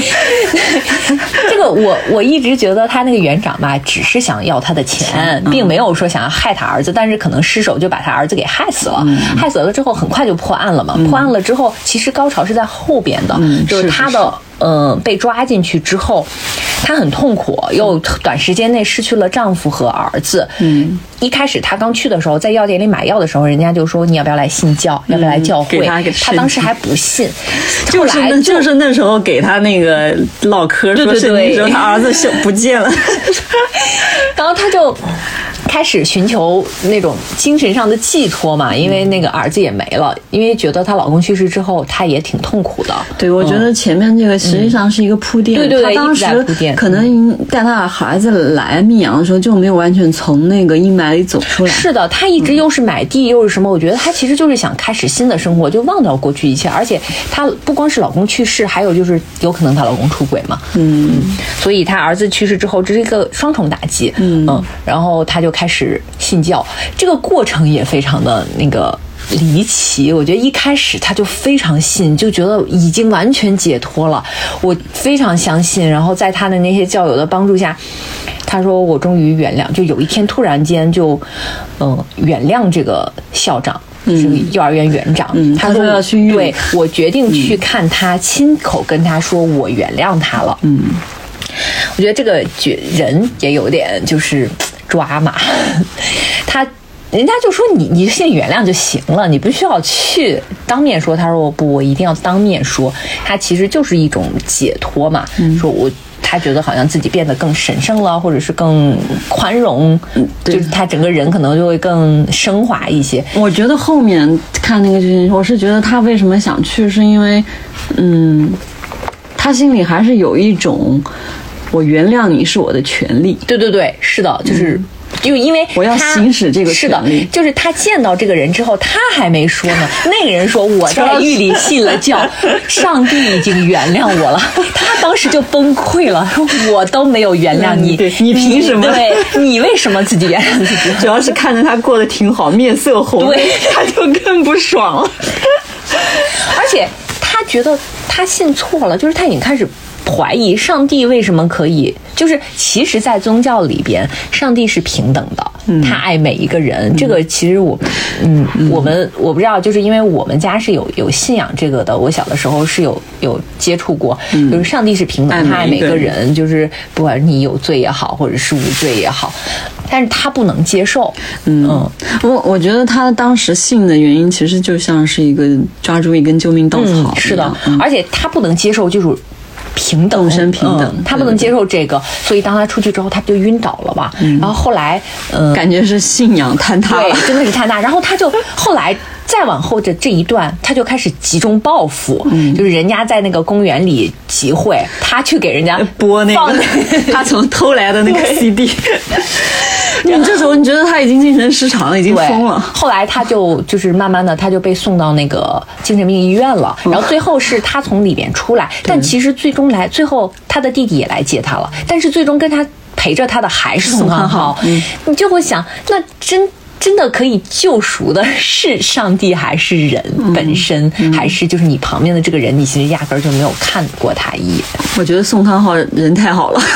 这个我我一直觉得他那个园长吧，只是想要他的钱，并没有说想要害他儿子，但是可能失手就把他儿子给害死了。嗯、害死了之后，很快就破案了嘛。嗯、破案了之后，其实高潮是在后边的，嗯、就是他的。是是是呃，被抓进去之后，她很痛苦，又短时间内失去了丈夫和儿子。嗯，一开始她刚去的时候，在药店里买药的时候，人家就说你要不要来信教，嗯、要不要来教会？她当时还不信， 就是那就是那时候给她那个唠嗑，说是那时候她儿子就不见了， 然后她就开始寻求那种精神上的寄托嘛，因为那个儿子也没了，因为觉得她老公去世之后，她也挺痛苦的。 对，我觉得前面这个实际上是一个铺垫， 对对对， 她当时可能带她的孩子来密阳的时候，就没有完全从那个阴霾里走出来。 是的，她一直又是买地又是什么，我觉得她其实就是想开始新的生活，就忘掉过去一切。而且她不光是老公去世，还有就是有可能她老公出轨嘛，嗯，所以她儿子去世之后，这是一个双重打击，嗯嗯，然后她就开始信教，这个过程也非常的那个离奇。我觉得一开始他就非常信，就觉得已经完全解脱了，我非常相信。然后在他的那些教友的帮助下，他说我终于原谅，就有一天突然间就嗯、呃、原谅这个校长，这个幼儿园园长。 嗯、他说要去， 对，我决定去看他，嗯、亲口跟他说我原谅他了。嗯，我觉得这个人也有点就是抓马，他人家就说你你先原谅就行了，你不需要去当面说。他说我不，我一定要当面说。他其实就是一种解脱嘛，嗯、说我他觉得好像自己变得更神圣了，或者是更宽容，嗯、就是他整个人可能就会更升华一些。 我觉得后面看那个剧情，我是觉得他为什么想去，是因为嗯，他心里还是有一种我原谅你是我的权利。 对对对，是的，就是。嗯就因为我要行使这个权利， 是的，就是他见到这个人之后，他还没说呢，那个人说我在狱里信了教，上帝已经原谅我了，他当时就崩溃了，说我都没有原谅你， 嗯、你凭什么？ 对，你为什么自己原谅自己？ 主要是看着他过得挺好，面色红， 对， 他就更不爽了。 而且他觉得他信错了，就是他已经开始怀疑上帝为什么可以，就是其实在宗教里边上帝是平等的，嗯、他爱每一个人，嗯、这个其实我们嗯, 嗯我们我不知道，就是因为我们家是有有信仰这个的，我小的时候是有有接触过，嗯、就是上帝是平等，他爱每个人，就是不管你有罪也好或者是无罪也好，但是他不能接受。 嗯, 嗯我我觉得他当时信的原因其实就像是一个抓住一根救命稻草， 嗯、是的，嗯、而且他不能接受就是平等， 身平等， 嗯，他不能接受这个，所以当他出去之后，他不就晕倒了吧？嗯、然后后来，呃， 感觉是信仰坍塌了， 对，真的是坍塌。然后他就后来再往后的这一段，他就开始集中报复，嗯、就是人家在那个公园里集会，他去给人家播那个他从偷来的那个 C D。你这时候你觉得他已经精神失常了，已经疯了。 后来他就就是慢慢的，他就被送到那个精神病医院了。然后最后是他从里边出来，但其实最终来，最后他的弟弟也来接他了。但是最终跟他陪着他的还是宋康昊。嗯、你就会想，那真。真的可以救赎的是上帝还是人本身，嗯嗯、还是就是你旁边的这个人，你其实压根儿就没有看过他一眼。 我觉得宋康昊人太好了，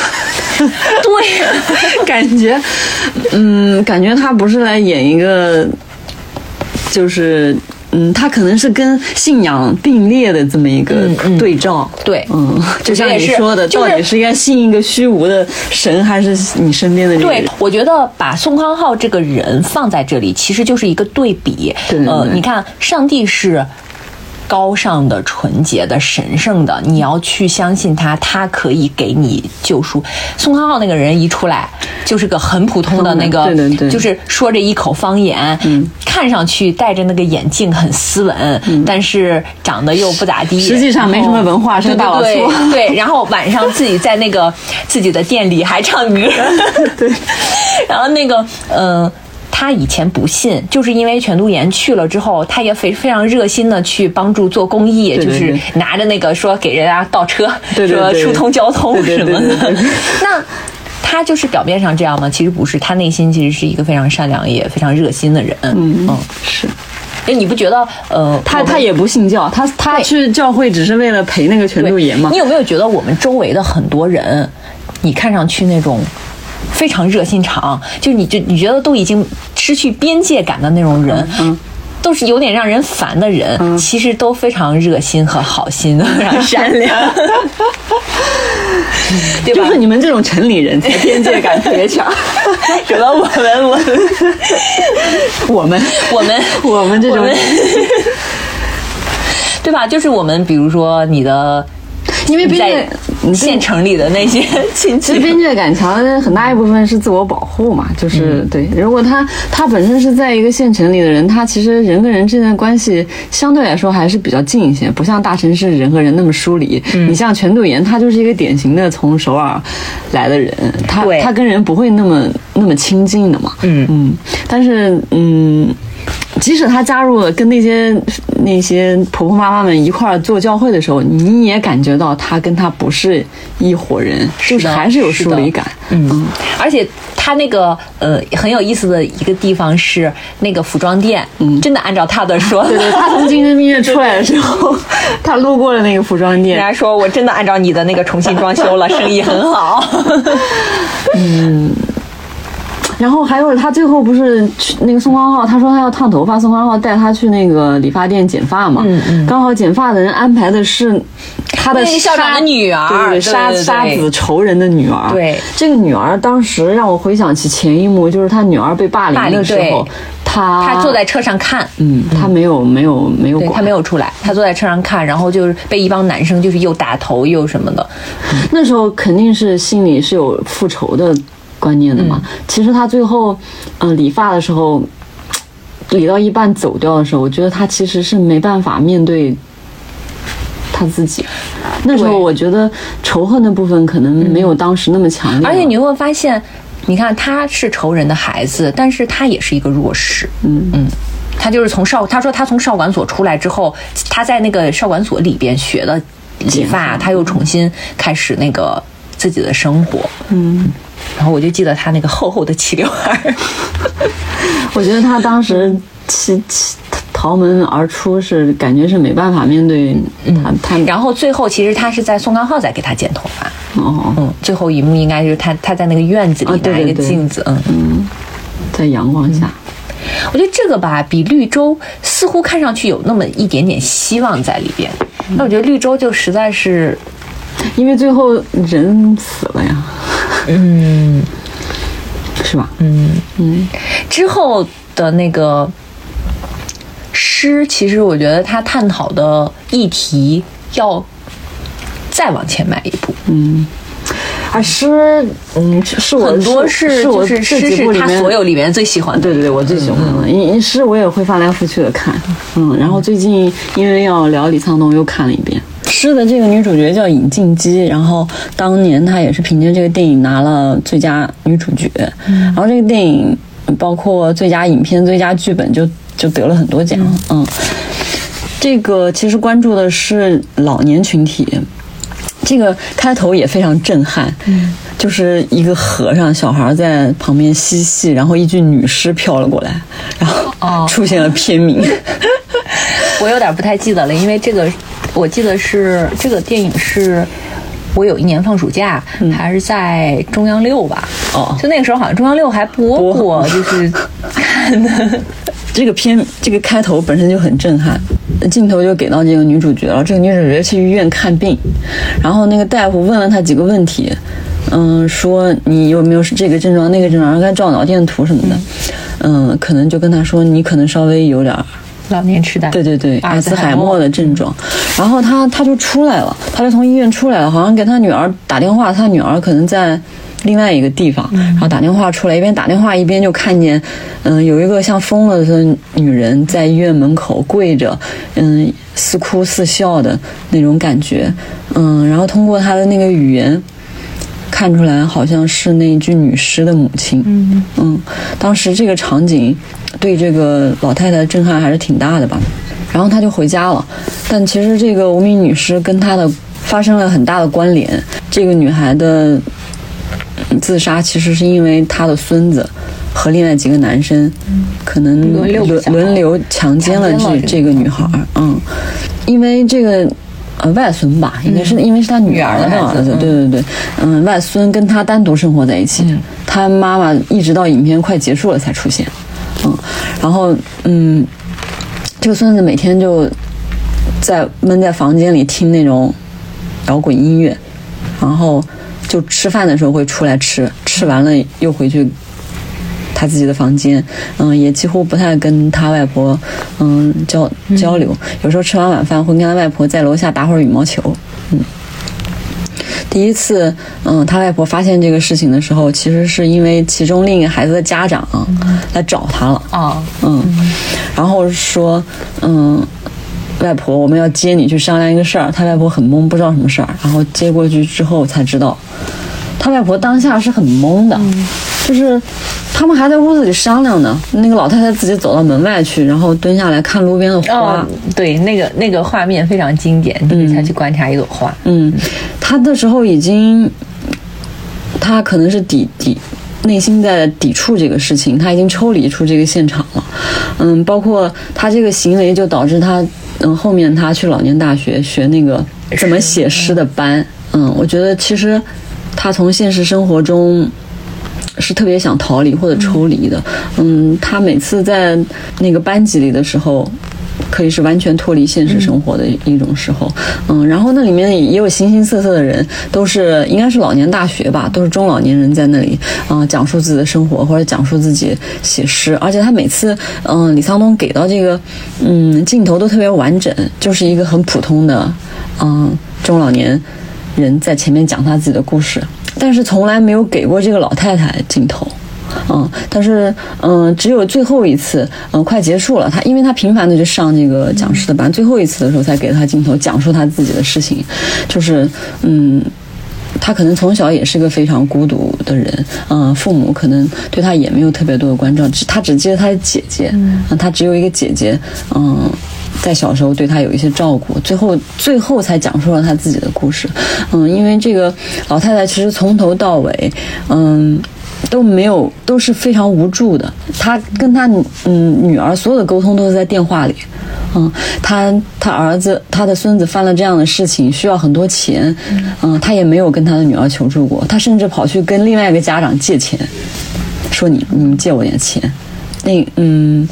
对， 感觉，嗯，感觉他不是来演一个，就是。嗯，他可能是跟信仰并列的这么一个对照， 嗯嗯、对， 嗯，就像你说的， 就是、 到底是应该信一个虚无的神，还是你身边的这个人？ 对，我觉得把宋康昊这个人放在这里，其实就是一个对比。 对对对， 呃，你看，上帝是高尚的、纯洁的、神圣的，你要去相信他，他可以给你救赎。宋康昊那个人一出来，就是个很普通的那个， 对对对， 就是说着一口方言，嗯，看看上去戴着那个眼镜很斯文，嗯、但是长得又不咋地， 实际上没什么文化，是个大老粗。 对对对，然后晚上自己在那个自己的店里还唱歌， 对， 然后那个呃。他以前不信，就是因为全度妍去了之后，他也非非常热心的去帮助做公益， 对对对， 就是拿着那个说给人家倒车， 对对对， 说疏通交通什么的。 对对对对对， 那他就是表面上这样吗？其实不是，他内心其实是一个非常善良也非常热心的人。 嗯嗯，是。 哎，你不觉得呃， 他他也不信教，他他去教会只是为了陪那个全度妍嘛？ 你有没有觉得我们周围的很多人，你看上去那种非常热心肠，就你就你觉得都已经失去边界感的那种人，嗯，都是有点让人烦的人，嗯、其实都非常热心和好心的，非常善良，对吧？ 就是你们这种城里人才边界感特别强。 什么我们我们我们我们我们这种， 对吧？就是我们，比如说你的。 因为边界县城里的那些亲戚， 其实边界感强的很大一部分是自我保护嘛，就是、嗯、对。如果他他本身是在一个县城里的人，他其实人跟人之间的关系相对来说还是比较近一些，不像大城市人和人那么疏离。嗯、你像全度妍，他就是一个典型的从首尔来的人，他他跟人不会那么那么亲近的嘛。嗯嗯，但是嗯。即使他加入了跟那些那些婆婆妈妈们一块儿做教会的时候，你也感觉到他跟他不是一伙人，就是还是有疏离感。 嗯，嗯而且他那个呃很有意思的一个地方是那个服装店，嗯，真的按照他的说， 对对，他从精神病院出来的时候，他路过了那个服装店， 人家说我真的按照你的那个重新装修了，生意很好。 嗯。然后还有他最后不是去那个宋光浩，他说他要烫头发，宋光浩带他去那个理发店剪发嘛，嗯嗯，刚好剪发的人安排的是他的那个校长的女儿， 对对对，杀杀子仇人的女儿。 对， 这个女儿当时让我回想起前一幕，就是他女儿被霸凌的时候，他他坐在车上看， 嗯，他没有没有没有管， 他没有出来，他坐在车上看，然后就是被一帮男生就是又打头又什么的， 嗯、那时候肯定是心里是有复仇的观念的嘛。嗯、其实他最后，嗯、呃，理发的时候，理到一半走掉的时候，我觉得他其实是没办法面对他自己。那时候我觉得仇恨的部分可能没有当时那么强烈、嗯。 而且你会发现，你看他是仇人的孩子，但是他也是一个弱势。嗯嗯。他就是从少，他说他从少管所出来之后，他在那个少管所里边学的理发，他又重新开始那个自己的生活。嗯。然后我就记得他那个厚厚的齐刘海， 我觉得他当时其其逃门而出是感觉是没办法面对他、嗯、他。 然后最后其实他是在宋康昊在给他剪头发。哦，嗯，最后一幕应该就是他他在那个院子里拿一个镜子， 哦、对对对嗯嗯，在阳光下。 嗯、我觉得这个吧，比绿洲似乎看上去有那么一点点希望在里边。那、嗯、我觉得绿洲就实在是。 因为最后人死了呀，嗯，是吧？ 嗯嗯，之后的那个诗，其实我觉得他探讨的议题要再往前迈一步。 嗯，而诗，嗯，是我很多是就是诗是他所有里面最喜欢的。 对对对，我最喜欢的。因因诗我也会翻来覆去的看，嗯，然后最近因为要聊李沧东，又看了一遍。诗的这个女主角叫尹静姬，然后当年她也是凭借这个电影拿了最佳女主角，嗯、然后这个电影包括最佳影片、最佳剧本就就得了很多奖。嗯，嗯这个其实关注的是老年群体，这个开头也非常震撼，嗯、就是一个和尚小孩在旁边嬉戏，然后一句女诗飘了过来，然后出现了片名。哦、 我有点不太记得了，因为这个。我记得是这个电影是我有一年放暑假、嗯、还是在中央六吧，哦，就那个时候好像中央六还播过，就是看的这个片这个开头本身就很震撼，镜头就给到这个女主角了，这个女主角去医院看病，然后那个大夫问了她几个问题，嗯，说你有没有这个症状那个症状，让她照脑电图什么的，嗯，嗯可能就跟她说你可能稍微有点老年痴呆， 对对对，阿兹海默的症状。然后他他就出来了，他就从医院出来了，好像给他女儿打电话，他女儿可能在另外一个地方，然后打电话出来，一边打电话一边就看见，嗯，有一个像疯了的女人在医院门口跪着，嗯，似哭似笑的那种感觉，嗯，然后通过她的那个语言看出来好像是那具女尸的母亲，嗯嗯，当时这个场景对这个老太太震撼还是挺大的吧。然后她就回家了，但其实这个无名女尸跟她的发生了很大的关联。这个女孩的自杀其实是因为她的孙子和另外几个男生可能轮轮流强奸了这这个女孩，嗯，因为这个呃外孙吧，应该是因为是她女儿的儿子，对对对，嗯，外孙跟她单独生活在一起，她妈妈一直到影片快结束了才出现，嗯，然后嗯。这个孙子每天就在闷在房间里听那种摇滚音乐，然后就吃饭的时候会出来吃，吃完了又回去他自己的房间，嗯，也几乎不太跟他外婆嗯交交流，有时候吃完晚饭会跟他外婆在楼下打会儿羽毛球，嗯。第一次，嗯，他外婆发现这个事情的时候，其实是因为其中另一个孩子的家长来找他了，啊，嗯，然后说，嗯，外婆，我们要接你去商量一个事儿。他外婆很懵，不知道什么事儿，然后接过去之后才知道，他外婆当下是很懵的，嗯、就是他们还在屋子里商量呢，那个老太太自己走到门外去，然后蹲下来看路边的花。 哦、对，那个那个画面非常经典，就是他去观察一朵花。 嗯，他的时候已经，他可能是抵抵内心在抵触这个事情，他已经抽离出这个现场了。嗯，包括他这个行为就导致他，嗯，后面他去老年大学学那个怎么写诗的班。嗯，我觉得其实他从现实生活中是特别想逃离或者抽离的。嗯，他每次在那个班级里的时候，可以是完全脱离现实生活的一种时候。嗯，然后那里面也有形形色色的人，都是应该是老年大学吧，都是中老年人在那里啊、呃、讲述自己的生活或者讲述自己写诗，而且他每次嗯、呃、李沧东给到这个嗯镜头都特别完整，就是一个很普通的嗯、呃、中老年人在前面讲他自己的故事，但是从来没有给过这个老太太镜头。嗯，但是嗯、呃，只有最后一次，嗯、呃，快结束了，他因为他频繁的去上这个讲师的班，最后一次的时候才给他镜头讲述他自己的事情，就是嗯，他可能从小也是个非常孤独的人，嗯、呃，父母可能对他也没有特别多的关照，只他只记得他的姐姐，嗯、呃，他只有一个姐姐，嗯、呃。在小时候对他有一些照顾，最后最后才讲述了他自己的故事。嗯，因为这个老太太其实从头到尾，嗯，都没有都是非常无助的。她跟她嗯女儿所有的沟通都是在电话里。嗯，他他儿子他的孙子犯了这样的事情，需要很多钱。嗯，他也没有跟他的女儿求助过，他甚至跑去跟另外一个家长借钱，说你你借我点钱。那嗯。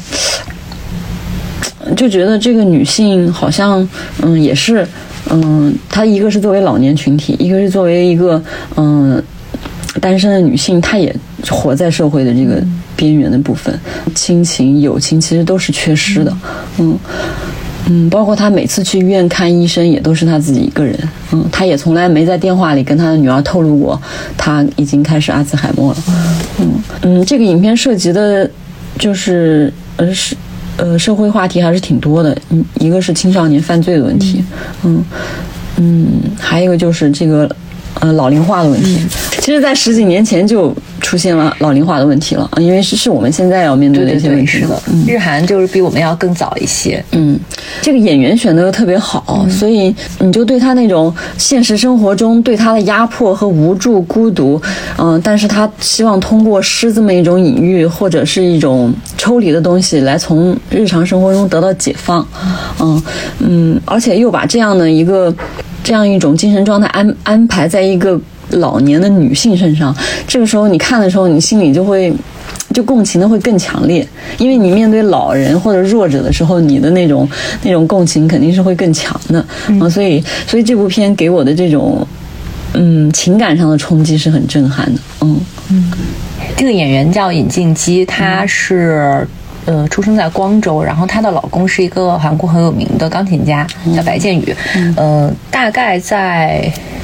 就觉得这个女性好像，嗯，也是，嗯，她一个是作为老年群体，一个是作为一个，嗯，单身的女性，她也活在社会的这个边缘的部分，亲情、友情其实都是缺失的，嗯嗯，包括她每次去医院看医生，也都是她自己一个人，嗯，她也从来没在电话里跟她的女儿透露过，她已经开始阿兹海默了，嗯嗯，这个影片涉及的，就是呃是。呃，社会话题还是挺多的，嗯，一个是青少年犯罪的问题，嗯嗯，还有一个就是这个呃老龄化的问题。嗯、其实，在十几年前就出现了老龄化的问题了，因为是是我们现在要面对的一些问题。 对对对，是的，嗯、日韩就是比我们要更早一些。 嗯，这个演员选的特别好，嗯、所以你就对他那种现实生活中对他的压迫和无助、孤独，嗯、呃，但是他希望通过诗这么一种隐喻或者是一种抽离的东西来从日常生活中得到解放，嗯嗯，而且又把这样的一个这样一种精神状态安安排在一个老年的女性身上，这个时候你看的时候，你心里就会就共情的会更强烈，因为你面对老人或者弱者的时候，你的那种那种共情肯定是会更强的，嗯，所以所以这部片给我的这种嗯情感上的冲击是很震撼的，嗯嗯。 这个演员叫尹静姬，她是。呃，出生在光州，然后她的老公是一个韩国很有名的钢琴家，叫白建宇。嗯、呃，大概在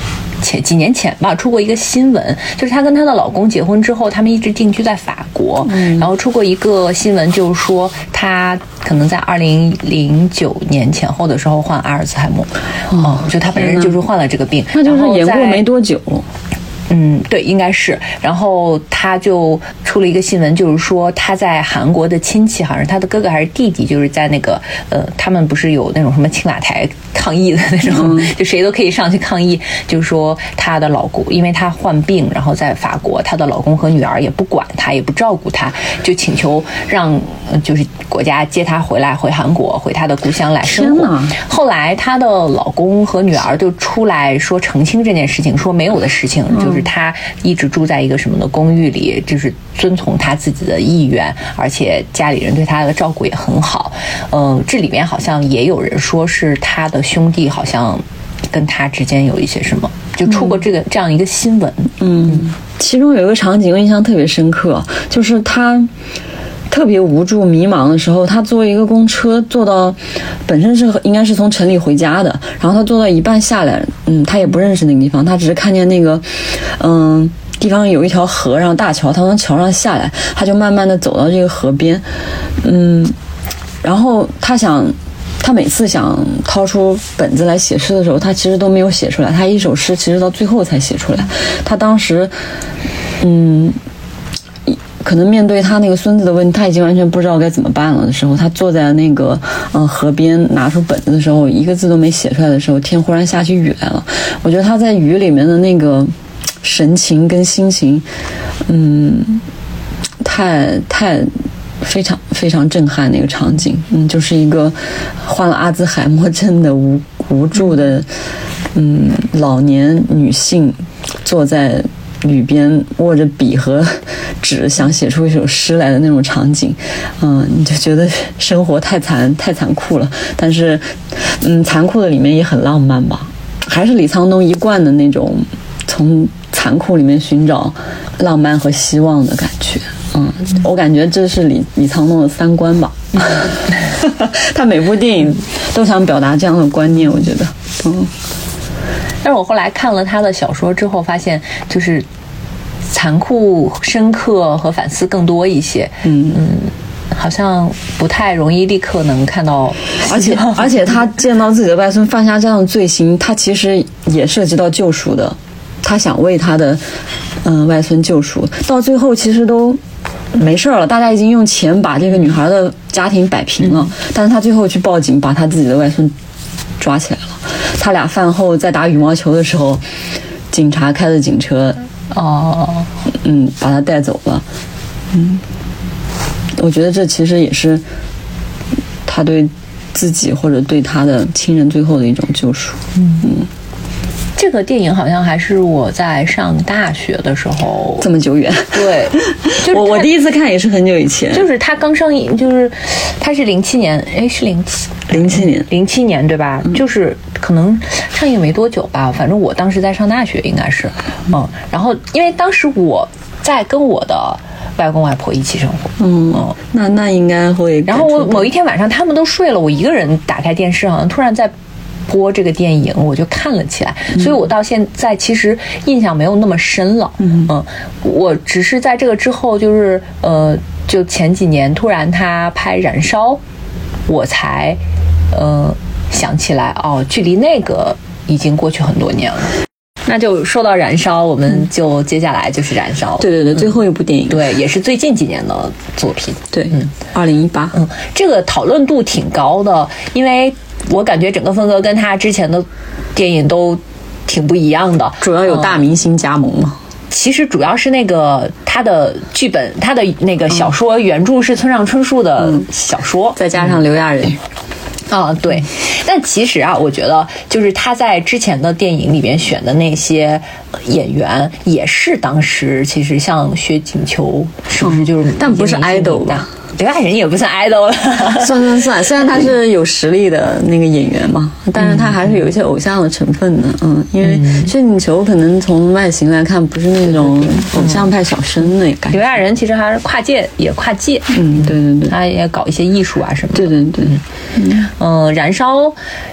前几年前吧，出过一个新闻，就是她跟她的老公结婚之后，他们一直定居在法国，嗯、然后出过一个新闻，就是说她可能在二零零九年前后的时候患阿尔茨海默，哦、嗯，就她本人就是患了这个病， 那就是也过没多久。 嗯，对，应该是。然后他就出了一个新闻，就是说他在韩国的亲戚，好像是他的哥哥还是弟弟，就是在那个呃，他们不是有那种什么青瓦台抗议的那种，嗯、就谁都可以上去抗议，就是说他的老公，因为他患病，然后在法国，他的老公和女儿也不管他，也不照顾他，就请求让就是国家接他回来，回韩国，回他的故乡来生活。后来她的老公和女儿就出来说澄清这件事情，说没有的事情，就是。就是他一直住在一个什么的公寓里，就是遵从他自己的意愿，而且家里人对他的照顾也很好。呃，这里面好像也有人说是他的兄弟好像跟他之间有一些什么，就出过这个、嗯、这样一个新闻。 嗯，其中有一个场景我印象特别深刻，就是他特别无助迷茫的时候，他坐一个公车坐到本身是应该是从城里回家的，然后他坐到一半下来，嗯，他也不认识那个地方，他只是看见那个嗯地方有一条河，然后大桥，他从桥上下来，他就慢慢的走到这个河边，嗯，然后他想他每次想掏出本子来写诗的时候，他其实都没有写出来，他一首诗其实到最后才写出来。他当时嗯可能面对他那个孙子的问题，他已经完全不知道该怎么办了的时候，他坐在那个嗯、呃、河边拿出本子的时候，一个字都没写出来的时候，天忽然下起雨来了。我觉得他在雨里面的那个神情跟心情，嗯，太太非常非常震撼那个场景。嗯，就是一个患了阿兹海默症的无无助的嗯老年女性坐在雨边握着笔和纸想写出一首诗来的那种场景，嗯，你就觉得生活太残太残酷了，但是嗯残酷的里面也很浪漫吧，还是李沧东一贯的那种从残酷里面寻找浪漫和希望的感觉。嗯，我感觉这是李李沧东的三观吧，他每部电影都想表达这样的观念，我觉得。嗯， 但是我后来看了他的小说之后，发现就是残酷、深刻和反思更多一些。嗯嗯，好像不太容易立刻能看到。 而且而且他见到自己的外孙犯下这样的罪行，他其实也涉及到救赎的。他想为他的嗯、呃、外孙救赎，到最后其实都没事了，大家已经用钱把这个女孩的家庭摆平了，嗯、但是他最后去报警，把他自己的外孙抓起来了。他俩饭后在打羽毛球的时候，警察开着警车， 哦， 嗯，把他带走了。嗯，我觉得这其实也是他对自己或者对他的亲人最后的一种救赎。嗯。嗯， 这个电影好像还是我在上大学的时候， 这么久远。 对，就是我我第一次看也是很久以前， 就是它刚上映，就是它是零七年，哎，是零七零七年， 零七年对吧？嗯、就是可能上映没多久吧，反正我当时在上大学，应该是，嗯，然后因为当时我在跟我的外公外婆一起生活， 嗯，嗯那那应该会。 然后我某一天晚上他们都睡了，我一个人打开电视，好像突然在播这个电影，我就看了起来，嗯、所以我到现在其实印象没有那么深了。嗯嗯，我只是在这个之后，就是呃，就前几年突然他拍《燃烧》，我才呃想起来，哦，距离那个已经过去很多年了。那就说到《燃烧》，我们就接下来就是《燃烧》。 对对对，嗯、最后一部电影， 对，也是最近几年的作品。 对，嗯，二零一八， 嗯，这个讨论度挺高的，因为我感觉整个风格跟他之前的电影都挺不一样的。 主要有大明星加盟吗？ 嗯、其实主要是那个他的剧本，他的那个小说、嗯、原著是村上春树的小说， 嗯、再加上刘亚仁。 啊、嗯，对，但其实啊，我觉得就是他在之前的电影里面选的那些演员，也是当时其实像薛景求，是不是就是？ 嗯、但不是 idol 吧？ 刘亚仁也不算 idol 了， 算算算，虽然他是有实力的那个演员嘛，但是他还是有一些偶像的成分的，嗯，因为薛景求可能从外形来看不是那种偶像派小生的感觉， 刘亚仁其实还是跨界，也跨界， 嗯，对对对， 他也搞一些艺术啊什么的， 对对对， 嗯、呃，燃烧。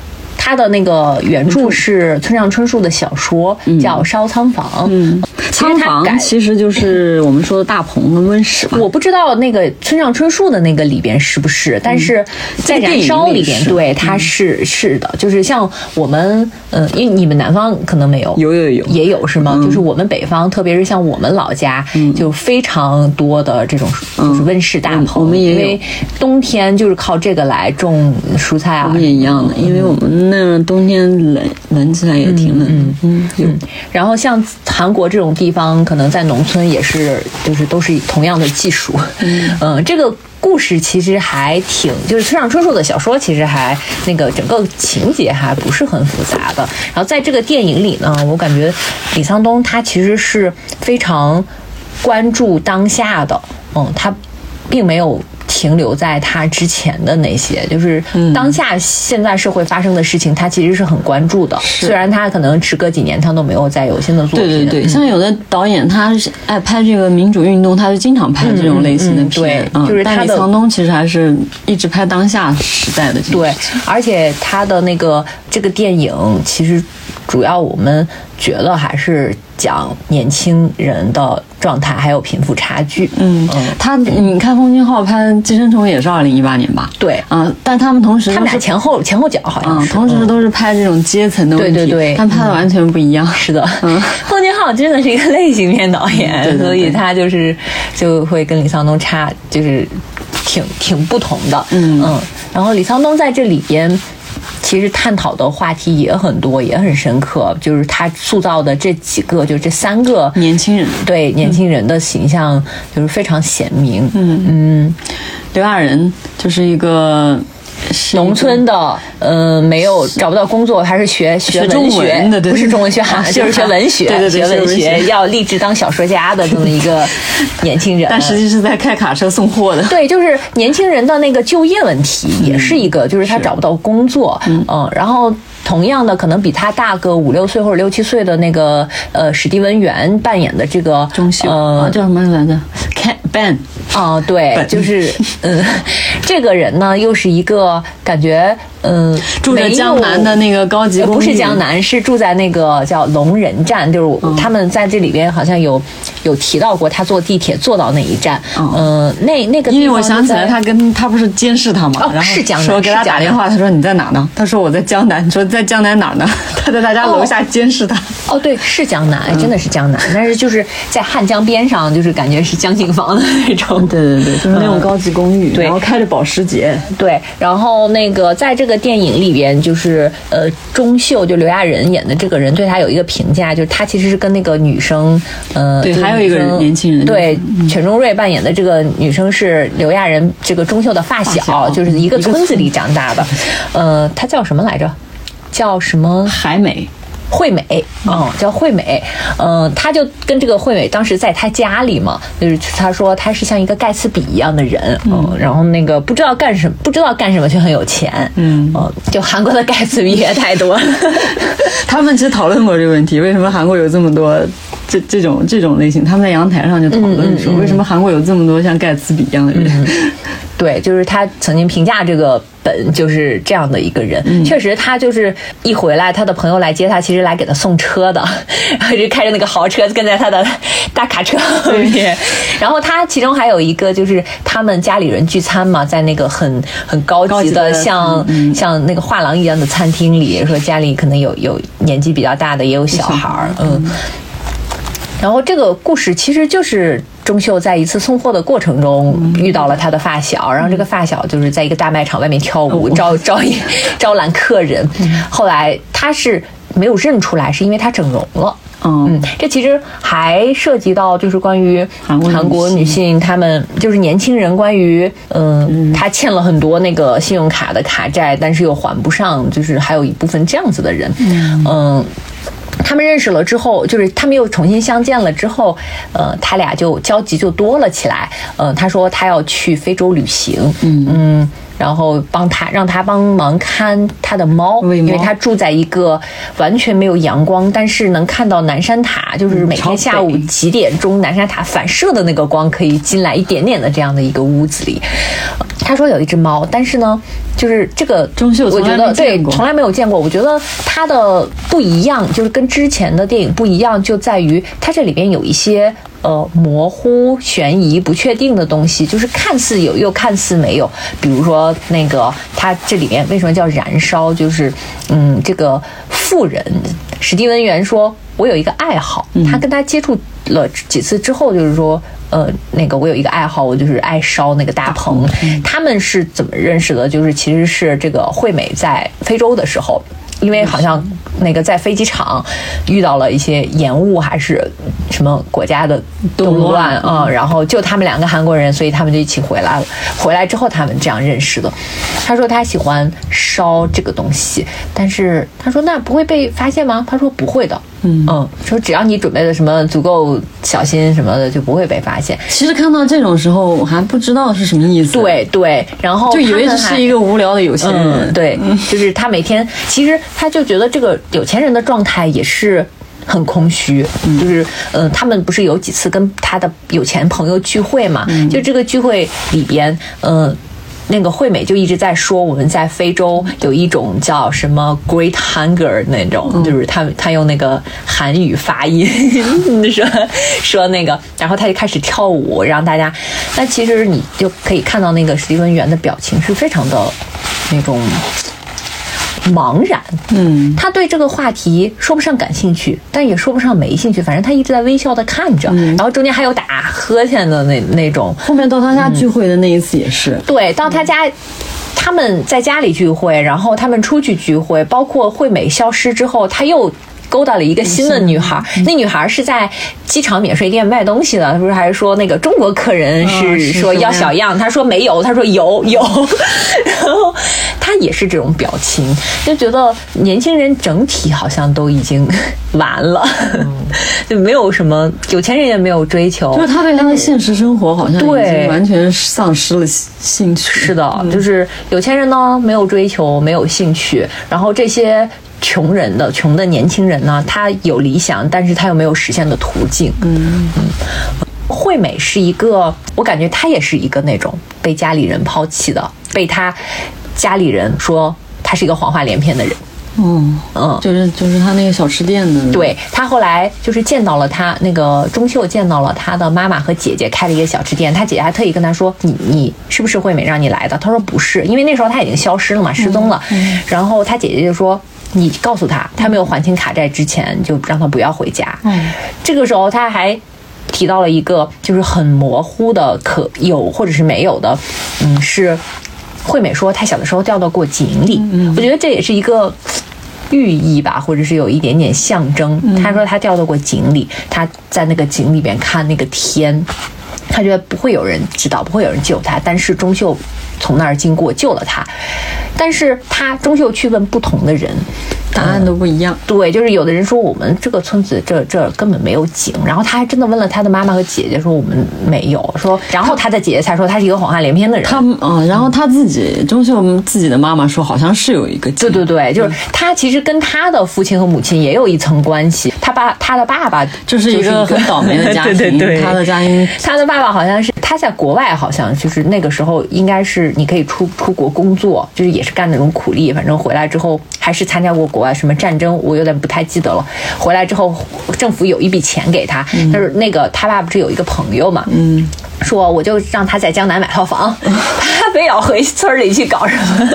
他的那个原著是村上春树的小说，嗯、叫《烧仓房》。 嗯，仓房其实就是我们说的大棚跟温室吧。 我不知道那个村上春树的那个里边是不是，但是在燃烧里边，对，它是、嗯、是的，就是像我们，嗯，因为你们南方可能没有， 有有有也有是吗？嗯、就是我们北方，特别是像我们老家，嗯、就非常多的这种就是温室大棚，嗯、 我们也有， 因为冬天就是靠这个来种蔬菜啊。 我们也一样的，因为我们那冬天冷冷起来也挺冷。 嗯嗯嗯。然后像韩国这种地方，可能在农村也是，就是都是同样的技术。嗯嗯、呃，这个故事其实还挺，就是村上春树的小说，其实还那个整个情节还不是很复杂的。然后在这个电影里呢，我感觉李沧东他其实是非常关注当下的，嗯，他并没有停留在他之前的那些，就是当下现在社会发生的事情，他其实是很关注的。虽然他可能时隔几年，他都没有再有新的作品。 对对对，像有的导演他爱拍这个民主运动，他就经常拍这种类型的片。 嗯嗯、对，就是他的。 但李沧东其实还是一直拍当下时代的这种。 对，而且他的那个这个电影，其实主要我们觉得还是讲年轻人的状态，还有贫富差距。嗯嗯，他你看奉俊昊拍《寄生虫》也是二零一八年吧？ 对， 啊、呃，但他们同时他们俩前后前后脚好像是， 嗯，同时都是拍这种阶层的问题， 对对对， 但拍的完全不一样。 嗯、是的，嗯，奉俊昊真的是一个类型片导演， 对对对， 所以他就是就会跟李沧东差，就是挺挺不同的。嗯嗯，然后李沧东在这里边。其实探讨的话题也很多，也很深刻。就是他塑造的这几个，就这三个年轻人， 对年轻人的形象就是非常鲜明。嗯嗯， 刘亚仁就是一个农村的，呃，没有找不到工作，还是学学文学的， 不是中文学韩，就是学文学， 对对对， 学文学，要立志当小说家的这么一个年轻人， 但实际是在开卡车送货的。 对，就是年轻人的那个就业问题也是一个，就是他找不到工作，嗯，嗯然后。同样的，可能比他大个五六岁或者六七岁的那个呃史蒂文·元扮演的这个钟秀，呃、啊、叫什么来着 ？Ken Ben 啊，对， Ben 就是嗯，这个人呢又是一个感觉嗯住着江南的那个高级公寓， 不是江南，是住在那个叫龙人站，就是他们在这里边好像有有提到过，他坐地铁坐到那一站，嗯、呃，那那个因为我想起来他跟他不是监视他嘛， 哦、 然后是江南， 说给他打电话，他说你在哪呢？他说我在江南，你说。在江南哪儿呢？他在他家楼下监视他。 哦，哦对，是江南，真的是江南，但是就是在汉江边上，就是感觉是江景房的那种。 对对对，就是那种高级公寓， 对， 然后开着保时捷。 对，然后那个在这个电影里边，就是呃，钟秀就刘亚仁演的这个人，对他有一个评价，就是他其实是跟那个女生，呃， 对，还有一个人年轻人， 对，全钟瑞扮演的这个女生是刘亚仁这个钟秀的发小，发小就是一个村子里长大的，呃，她叫什么来着？叫什么？ 海美， 惠美，嗯，叫惠美，嗯，他就跟这个惠美当时在他家里嘛，就是他说他是像一个盖茨比一样的人，嗯，然后那个不知道干什么，不知道干什么却很有钱，嗯，嗯就韩国的盖茨比也太多了。 他们其实讨论过这个问题，为什么韩国有这么多这这种这种类型？他们在阳台上就讨论说，为什么韩国有这么多像盖茨比一样的人？嗯对，就是他曾经评价这个本就是这样的一个人，嗯、确实他就是一回来，他的朋友来接他，其实来给他送车的，然后就开着那个豪车跟在他的大卡车后面。然后他其中还有一个就是他们家里人聚餐嘛，在那个很很高级的像嗯、像那个画廊一样的餐厅里，说家里可能有有年纪比较大的，也有小孩儿，嗯。然后这个故事其实就是钟秀在一次送货的过程中遇到了他的发小，然后这个发小就是在一个大卖场外面跳舞，招招招揽客人。后来他是没有认出来，是因为他整容了。嗯，这其实还涉及到就是关于韩国女性，她们就是年轻人关于嗯，她欠了很多那个信用卡的卡债，但是又还不上，就是还有一部分这样子的人，嗯。他们认识了之后，就是他们又重新相见了之后，呃，他俩就交集就多了起来。呃，他说他要去非洲旅行，嗯嗯， 然后帮他让他帮忙看他的猫，因为他住在一个完全没有阳光，但是能看到南山塔，就是每天下午几点钟南山塔反射的那个光可以进来一点点的这样的一个屋子里。他说有一只猫，但是呢，就是这个钟秀， 我觉得对从来没有见过。我觉得它的不一样，就是跟之前的电影不一样，就在于它这里边有一些呃模糊、悬疑、不确定的东西，就是看似有又看似没有。比如说那个它这里面为什么叫燃烧？就是嗯，这个妇人史蒂文元说，我有一个爱好，他跟他接触了几次之后，就是说。呃，那个我有一个爱好，我就是爱烧那个大棚。嗯、他们是怎么认识的？就是其实是这个惠美在非洲的时候，因为好像那个在飞机场遇到了一些延误还是什么国家的动乱啊、嗯，然后就他们两个韩国人，所以他们就一起回来了。回来之后他们这样认识的。他说他喜欢烧这个东西，但是他说那不会被发现吗？他说不会的。嗯嗯，说只要你准备的什么足够小心什么的，就不会被发现。 其实看到这种时候，我还不知道是什么意思。 对对，然后就以为这是一个无聊的有钱人。 嗯、对，就是他每天，其实他就觉得这个有钱人的状态也是很空虚。嗯、就是，嗯、呃，他们不是有几次跟他的有钱朋友聚会嘛？嗯、就这个聚会里边，嗯、呃。那个惠美就一直在说我们在非洲有一种叫什么 Great Hunger 那种，嗯、就是他他用那个韩语发音说说那个，然后他就开始跳舞让大家。那其实你就可以看到那个史蒂文元的表情是非常的那种茫然，嗯，他对这个话题说不上感兴趣，但也说不上没兴趣，反正他一直在微笑的看着，嗯、然后中间还有打呵欠的那那种。 后面到他家聚会的那一次也是， 嗯、对，到他家。他们在家里聚会，然后他们出去聚会，包括惠美消失之后，他又勾搭了一个新的女孩，嗯、那女孩是在机场免税店卖东西的，他不是还是说那个中国客人是说要小样，哦、他说没有，他说有有，然后他也是这种表情，就觉得年轻人整体好像都已经完了，嗯、就没有什么有钱人也没有追求， 就是他对他的现实生活好像已经完全丧失了兴趣。 是的，嗯、就是有钱人呢没有追求，没有兴趣，然后这些。穷人的穷的年轻人呢，他有理想，但是他又没有实现的途径。嗯嗯，惠美是一个，我感觉她也是一个那种被家里人抛弃的，被他家里人说他是一个谎话连篇的人。 嗯嗯，就是就是他那个小吃店的。 对，他后来就是见到了他那个钟秀，见到了他的妈妈和姐姐开了一个小吃店，他姐姐还特意跟他说：“你你是不是惠美让你来的？”他说：“不是，因为那时候他已经消失了嘛，失踪了。嗯”然后他姐姐就说：“你告诉他，他没有还清卡债之前，就让他不要回家。”嗯，这个时候他还提到了一个就是很模糊的可有或者是没有的，嗯，是惠美说她小的时候掉到过井里。嗯，我觉得这也是一个寓意吧，或者是有一点点象征。她说她掉到过井里，她在那个井里边看那个天，她觉得不会有人知道，不会有人救她，但是钟秀从那儿经过救了她。但是她钟秀去问不同的人， 答案都不一样。 嗯、对，就是有的人说我们这个村子这这根本没有井，然后他还真的问了他的妈妈和姐姐，说我们没有，说然后他的姐姐才说他是一个谎话连篇的人。 他嗯，然后他自己钟秀自己的妈妈说好像是有一个井。 对对对，就是他其实跟他的父亲和母亲也有一层关系。他爸他的爸爸就是一个很倒霉的家庭， 对对对， 他的家庭， 他的爸爸好像是他在国外，好像就是那个时候应该是你可以出出国工作，就是也是干那种苦力，反正回来之后还是参加过国外什么战争，我有点不太记得了。回来之后政府有一笔钱给他，嗯、但是那个他爸不是有一个朋友嘛，嗯，说我就让他在江南买套房，嗯、他非要回村里去搞什么。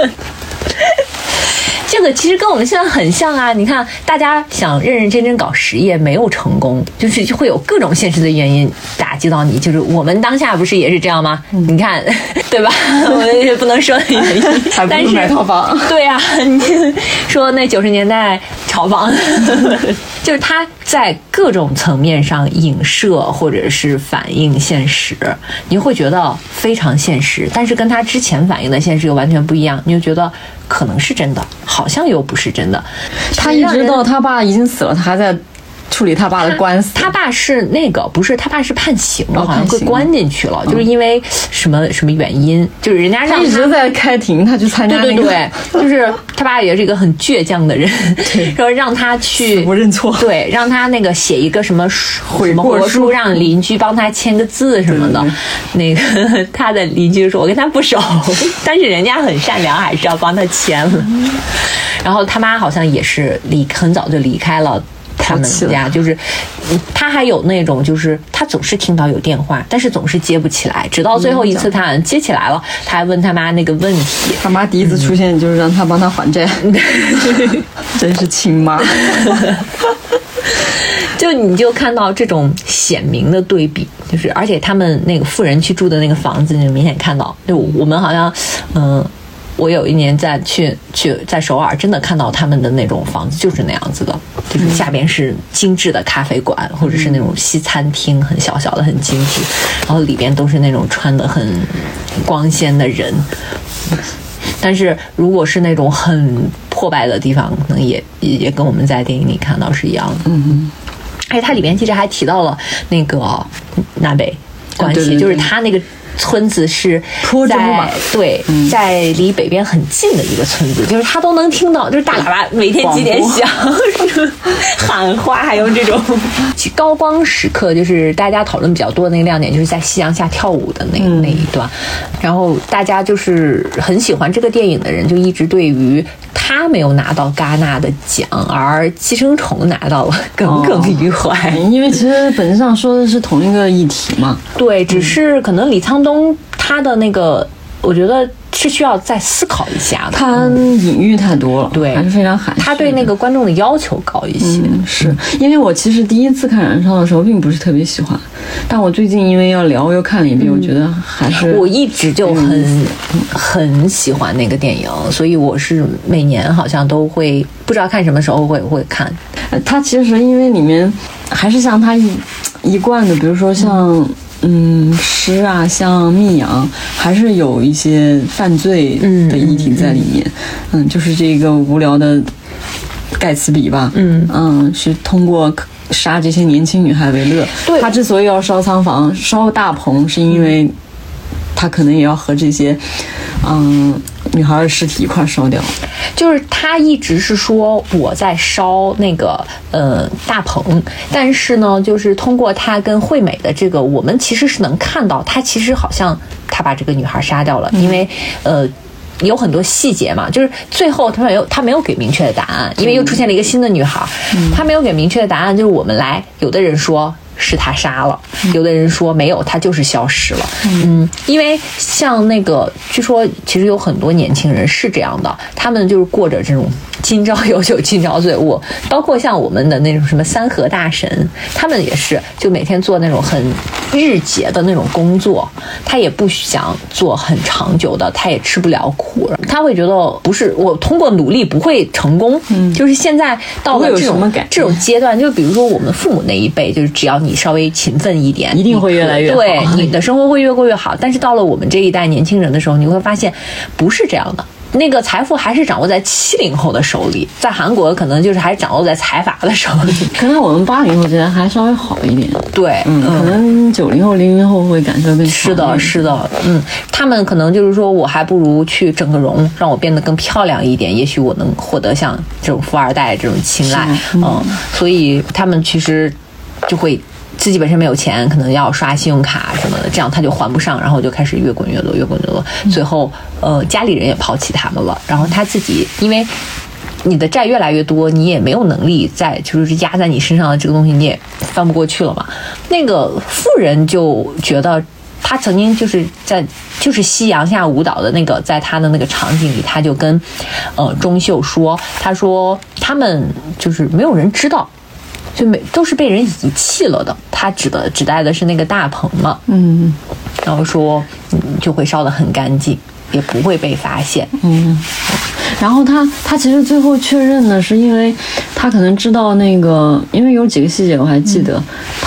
这个其实跟我们现在很像啊！你看，大家想认认真真搞实业没有成功，就是会有各种现实的原因打击到你。就是我们当下不是也是这样吗？嗯、你看，对吧？我们也不能说原因， 还不如买套房。 对啊，你说那九十年代炒房，就是他在各种层面上影射或者是反映现实，你会觉得非常现实，但是跟他之前反映的现实又完全不一样，你就觉得可能是真的，好像又不是真的。 他一直到他爸已经死了，他还在处理他爸的官司。 他, 他爸是那个不是，他爸是判刑了， 哦、 好像被关进去了，嗯、就是因为什么什么原因，就是人家让 他, 他一直在开庭，他去参加、那个。 对对对，就是他爸也是一个很倔强的人，说让他去不认错， 对，让他那个写一个什么悔过书，让邻居帮他签个字什么的。对对对，那个他的邻居说：“我跟他不熟，但是人家很善良，还是要帮他签了。”然后他妈好像也是离很早就离开了。他们家就是，他还有那种，就是他总是听到有电话，但是总是接不起来，直到最后一次他接起来了，他还问他妈那个问题。 他妈第一次出现就是让他帮他还债，嗯、真是亲妈。 就你就看到这种鲜明的对比，就是而且他们那个富人去住的那个房子，就明显看到，就我们好像，嗯。我有一年在去去在首尔，真的看到他们的那种房子就是那样子的，就是下边是精致的咖啡馆，或者是那种西餐厅，很小小的，很精致，然后里边都是那种穿得很光鲜的人。但是如果是那种很破败的地方，可能也也跟我们在电影里看到是一样的。 嗯， 哎，它里边其实还提到了那个南北关系， 对对对， 就是他那个。村子是在对、嗯，在离北边很近的一个村子，就是他都能听到，就是大喇叭每天几点响，喊话，还有这种高光时刻，就是大家讨论比较多的那个亮点，就是在夕阳下跳舞的那、嗯、那一段。然后大家就是很喜欢这个电影的人，就一直对于他没有拿到戛纳的奖，而寄生虫拿到了，耿耿于怀、 哦。因为其实本质上说的是同一个议题嘛。 对，只是可能李沧东。他的那个，我觉得是需要再思考一下的。 他隐喻太多了， 对， 还是非常含蓄。 他对那个观众的要求高一些。 嗯、是因为我其实第一次看《燃烧》的时候，并不是特别喜欢，但我最近因为要聊，又看了一遍，嗯、我觉得还是我一直就很、嗯、很喜欢那个电影，所以我是每年好像都会不知道看什么时候会会看。 他其实因为里面还是像他一一贯的，比如说像。嗯嗯，诗啊，像密阳，还是有一些犯罪的议题在里面。嗯, 嗯，就是这个无聊的盖茨比吧。嗯嗯，是通过杀这些年轻女孩为乐。 对， 他之所以要烧仓房、烧大棚，是因为他可能也要和这些嗯女孩的尸体一块烧掉。 就是他一直是说我在烧那个呃大棚，但是呢，就是通过他跟惠美的这个，我们其实是能看到他其实好像他把这个女孩杀掉了，嗯、因为呃有很多细节嘛，就是最后他没有他没有给明确的答案，因为又出现了一个新的女孩，嗯、他没有给明确的答案，就是我们来，有的人说。是他杀了，有的人说没有，他就是消失了。嗯，因为像那个，据说其实有很多年轻人是这样的，他们就是过着这种今朝有酒今朝醉。我包括像我们的那种什么三和大神，他们也是就每天做那种很日结的那种工作，他也不想做很长久的，他也吃不了苦，他会觉得不是我通过努力不会成功。嗯，就是现在到了这种这种阶段，就比如说我们父母那一辈，就是只要你。你稍微勤奋一点， 一定会越来越好。 对，你的生活会越过越好。但是到了我们这一代年轻人的时候，你会发现不是这样的。那个财富还是掌握在七零后的手里，在韩国可能就是还掌握在财阀的手里。 可能我们八零后觉得还稍微好一点。 对， 嗯，可能九零后、零零后会感受更是的，是的，嗯，他们可能就是说我还不如去整个容，让我变得更漂亮一点，也许我能获得像这种富二代这种青睐。嗯, 嗯，所以他们其实就会。自己本身没有钱，可能要刷信用卡什么的，这样他就还不上，然后就开始越滚越多，越滚越多，最后呃家里人也抛弃他们了，然后他自己因为你的债越来越多，你也没有能力再就是压在你身上的这个东西你也翻不过去了嘛。那个富人就觉得他曾经就是在就是夕阳下舞蹈的那个，在他的那个场景里，他就跟呃钟秀说，他说他们就是没有人知道。就没都是被人遗弃了的，他指的指代的是那个大棚嘛， 嗯， 然后说嗯就会烧得很干净，也不会被发现， 嗯，然后他他其实最后确认的是，因为他可能知道那个，因为有几个细节我还记得，嗯、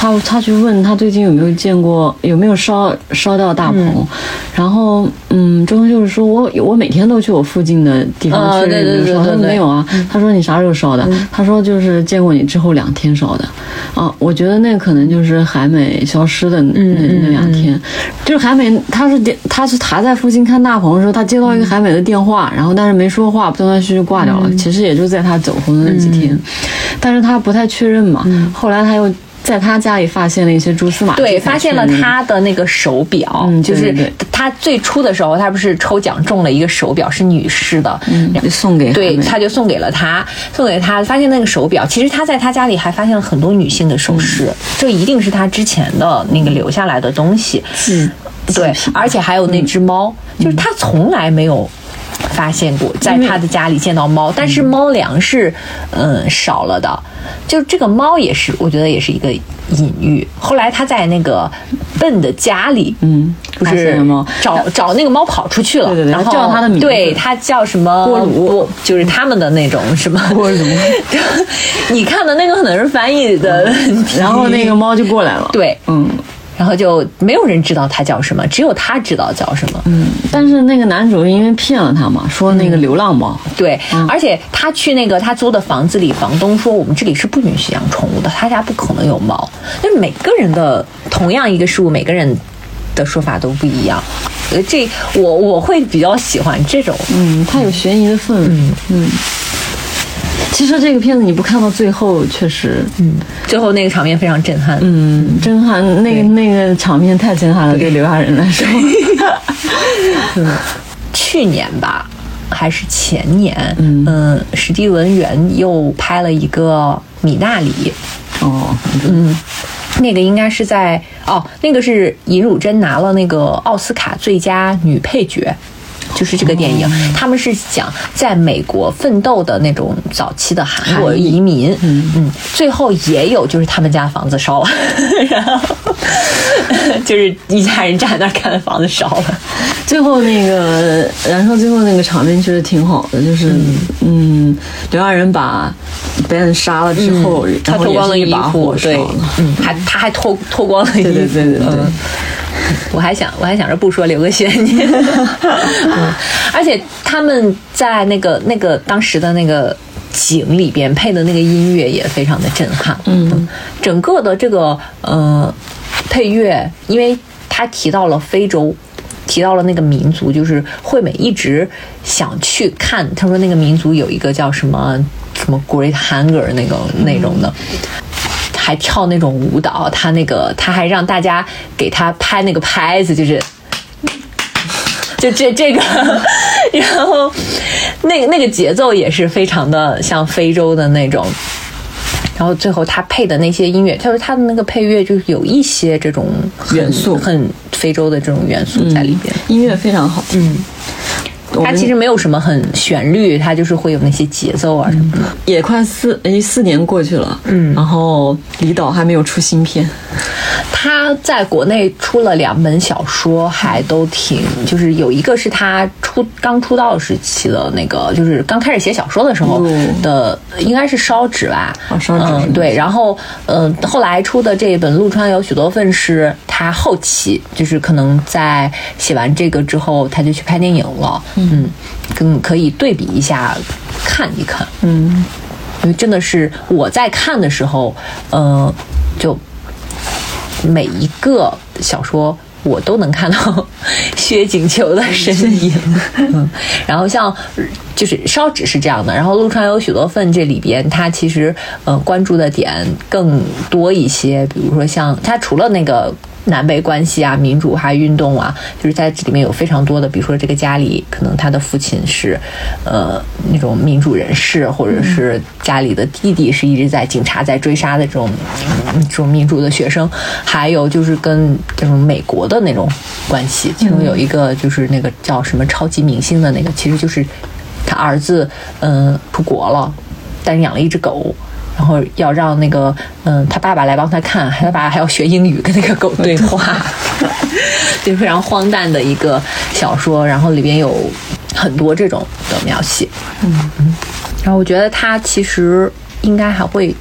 他他去问他最近有没有见过有没有烧烧掉大棚，嗯、然后嗯，周冬秀说我我每天都去我附近的地方确认有没有烧，他说没有啊，嗯、他说你啥时候烧的？嗯、他说就是见过你之后两天烧的，啊，我觉得那可能就是海美消失的那、嗯、那两天，嗯、就是海美他是他是他在附近看大棚的时候，他接到一个海美的电话，嗯、然后但是没说话，断断续续挂掉了，嗯、其实也就在他走后的那几天，嗯、但是他不太确认嘛，嗯、后来他又。在他家里发现了一些蛛丝马迹， 对，发现了他的那个手表， 嗯、 就是他最初的时候，他不是抽奖中了一个手表，是女士的， 嗯，送给对，他就送给了他，送给他，发现那个手表，其实他在他家里还发现了很多女性的首饰，嗯、这一定是他之前的那个留下来的东西， 嗯， 对，而且还有那只猫，嗯、就是他从来没有。发现过在他的家里见到猫，但是猫粮是嗯少了的，就这个猫也是我觉得也是一个隐喻。后来他在那个笨的家里， 嗯， 不是找找那个猫跑出去了， 对对对， 然后叫他的名字， 对他叫什么波鲁， 就是他们的那种什么波鲁。 你看的那个可能是翻译的问题， 然后那个猫就过来了， 对， 嗯。 然后就没有人知道他叫什么，只有他知道叫什么。 嗯，但是那个男主因为骗了他嘛，说那个流浪猫。 嗯、对、嗯，而且他去那个他租的房子里，房东说我们这里是不允许养宠物的，他家不可能有猫。那每个人的同样一个事物，每个人的说法都不一样。呃，这我我会比较喜欢这种， 嗯，它有悬疑的氛围。嗯嗯。其实这个片子你不看到最后，确实， 嗯，最后那个场面非常震撼， 嗯，震撼，那个那个场面太震撼了，对刘亚仁来说。 嗯，去年吧，还是前年， 嗯， 嗯史蒂文园又拍了一个米纳里， 哦， 嗯，那个应该是在哦，那个是尹汝贞拿了那个奥斯卡最佳女配角。就是这个电影，哦、他们是讲在美国奋斗的那种早期的韩国移民， 嗯嗯，最后也有就是他们家房子烧了，然后就是一家人站在那儿看房子烧了。 最后那个燃烧最后那个场面确实挺好的，就是嗯，嗯刘亚仁把别人杀了之后， 嗯、他脱光了衣服，对，嗯，还他还脱脱光了衣服， 对对对对对。 嗯我还想，我还想着不说，留个悬念。嗯，而且他们在那个那个当时的那个景里边配的那个音乐也非常的震撼。 嗯， 整个的这个呃配乐，因为他提到了非洲，提到了那个民族，就是惠美一直想去看。他说那个民族有一个叫什么什么 Great Hunger 那个那种的。还跳那种舞蹈，他那个他还让大家给他拍那个拍子，就是就这这个，然后那个那个节奏也是非常的像非洲的那种，然后最后他配的那些音乐，他说他的那个配乐就是有一些这种元素， 很非洲的这种元素在里边， 嗯、音乐非常好， 嗯。它其实没有什么很旋律，它就是会有那些节奏啊什么的。 嗯、也快四诶四年过去了， 嗯， 然后李导还没有出新片。 他在国内出了两本小说，还都挺，就是有一个是他出刚出道时期的那个，就是刚开始写小说的时候的，嗯、应该是烧纸吧， 哦，烧纸， 嗯，对。然后，嗯、呃，后来出的这一本《陆川有许多份》是他后期，就是可能在写完这个之后，他就去拍电影了。嗯，跟可以对比一下，看一看。 嗯， 因为真的是我在看的时候，呃，就每一个小说我都能看到薛景求的身影。嗯，然后像就是烧纸是这样的，然后陆川有许多份这里边，他其实呃关注的点更多一些，比如说像他除了那个。南北关系啊，民主化运动啊，就是在这里面有非常多的，比如说这个家里可能他的父亲是，呃，那种民主人士，或者是家里的弟弟是一直在警察在追杀的这种，嗯、这种民主的学生，还有就是跟这种美国的那种关系，其中有一个就是那个叫什么超级明星的那个，其实就是他儿子嗯、呃、出国了，但是养了一只狗。然后要让那个嗯，他爸爸来帮他看，他爸爸还要学英语跟那个狗对话，就非常荒诞的一个小说。然后里边有很多这种的描写， 嗯嗯。然后我觉得他其实应该还会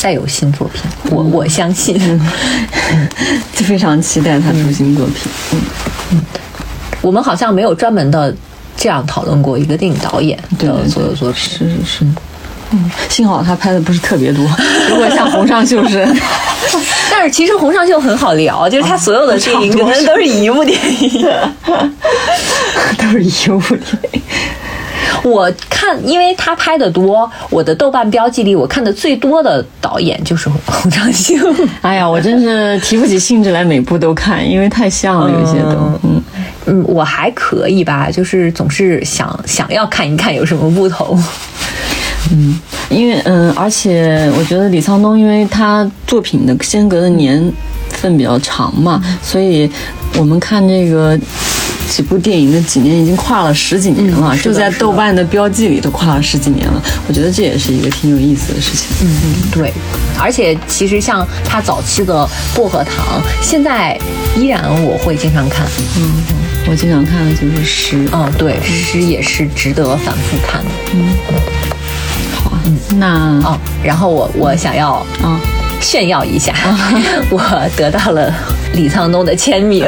再有新作品，我我相信， 就非常期待他出新作品。嗯嗯，我们好像没有专门的这样讨论过一个电影导演的所有作品。 是是是。嗯，幸好他拍的不是特别多。如果像洪尚秀是， 但是其实洪尚秀很好聊，就是他所有的电影可能都是一部电影， 都是一部电影。 我看，因为他拍的多，我的豆瓣标记里我看的最多的导演就是洪尚秀。 哎呀，我真是提不起兴致来每部都看，因为太像了，有些都。嗯嗯，我还可以吧，就是总是想想要看一看有什么不同。 嗯，因为嗯，而且我觉得李沧东，因为他作品的间隔的年份比较长嘛，嗯、所以我们看这个几部电影的几年已经跨了十几年了，嗯、就在豆瓣的标记里都跨了十几年了。我觉得这也是一个挺有意思的事情。 嗯嗯，对。而且其实像他早期的《薄荷糖》，现在依然我会经常看。 嗯，我经常看的就是《诗》。 嗯，对，《诗》也是值得反复看的。 嗯。嗯，那哦，然后我我想要啊、哦、炫耀一下，哦、我得到了李沧东的签名，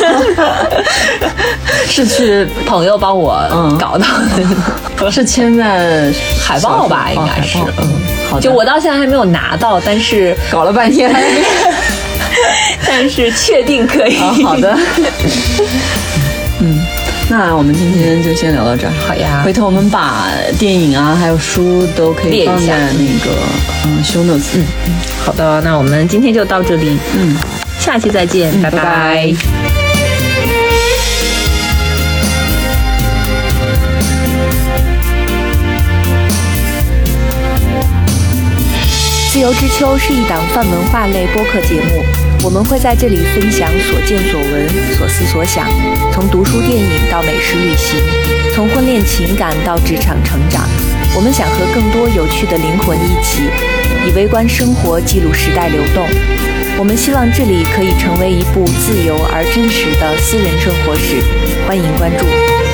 是去朋友帮我搞到的， 嗯、是签在海报吧，应该是， 哦、嗯，好的， 就我到现在还没有拿到，但是搞了半天， 但是确定可以， 哦、好的，嗯。那我们今天就先聊到这儿。 好呀， 回头我们把电影啊，还有书都可以放在那个嗯 show notes。 嗯嗯，好的，那我们今天就到这里。 嗯， 下期再见， 嗯、 拜拜。拜拜。 自由之秋是一档泛文化类播客节目，我们会在这里分享所见所闻、所思所想，从读书电影到美食旅行，从婚恋情感到职场成长。我们想和更多有趣的灵魂一起，以微观生活记录时代流动。我们希望这里可以成为一部自由而真实的私人生活史，欢迎关注。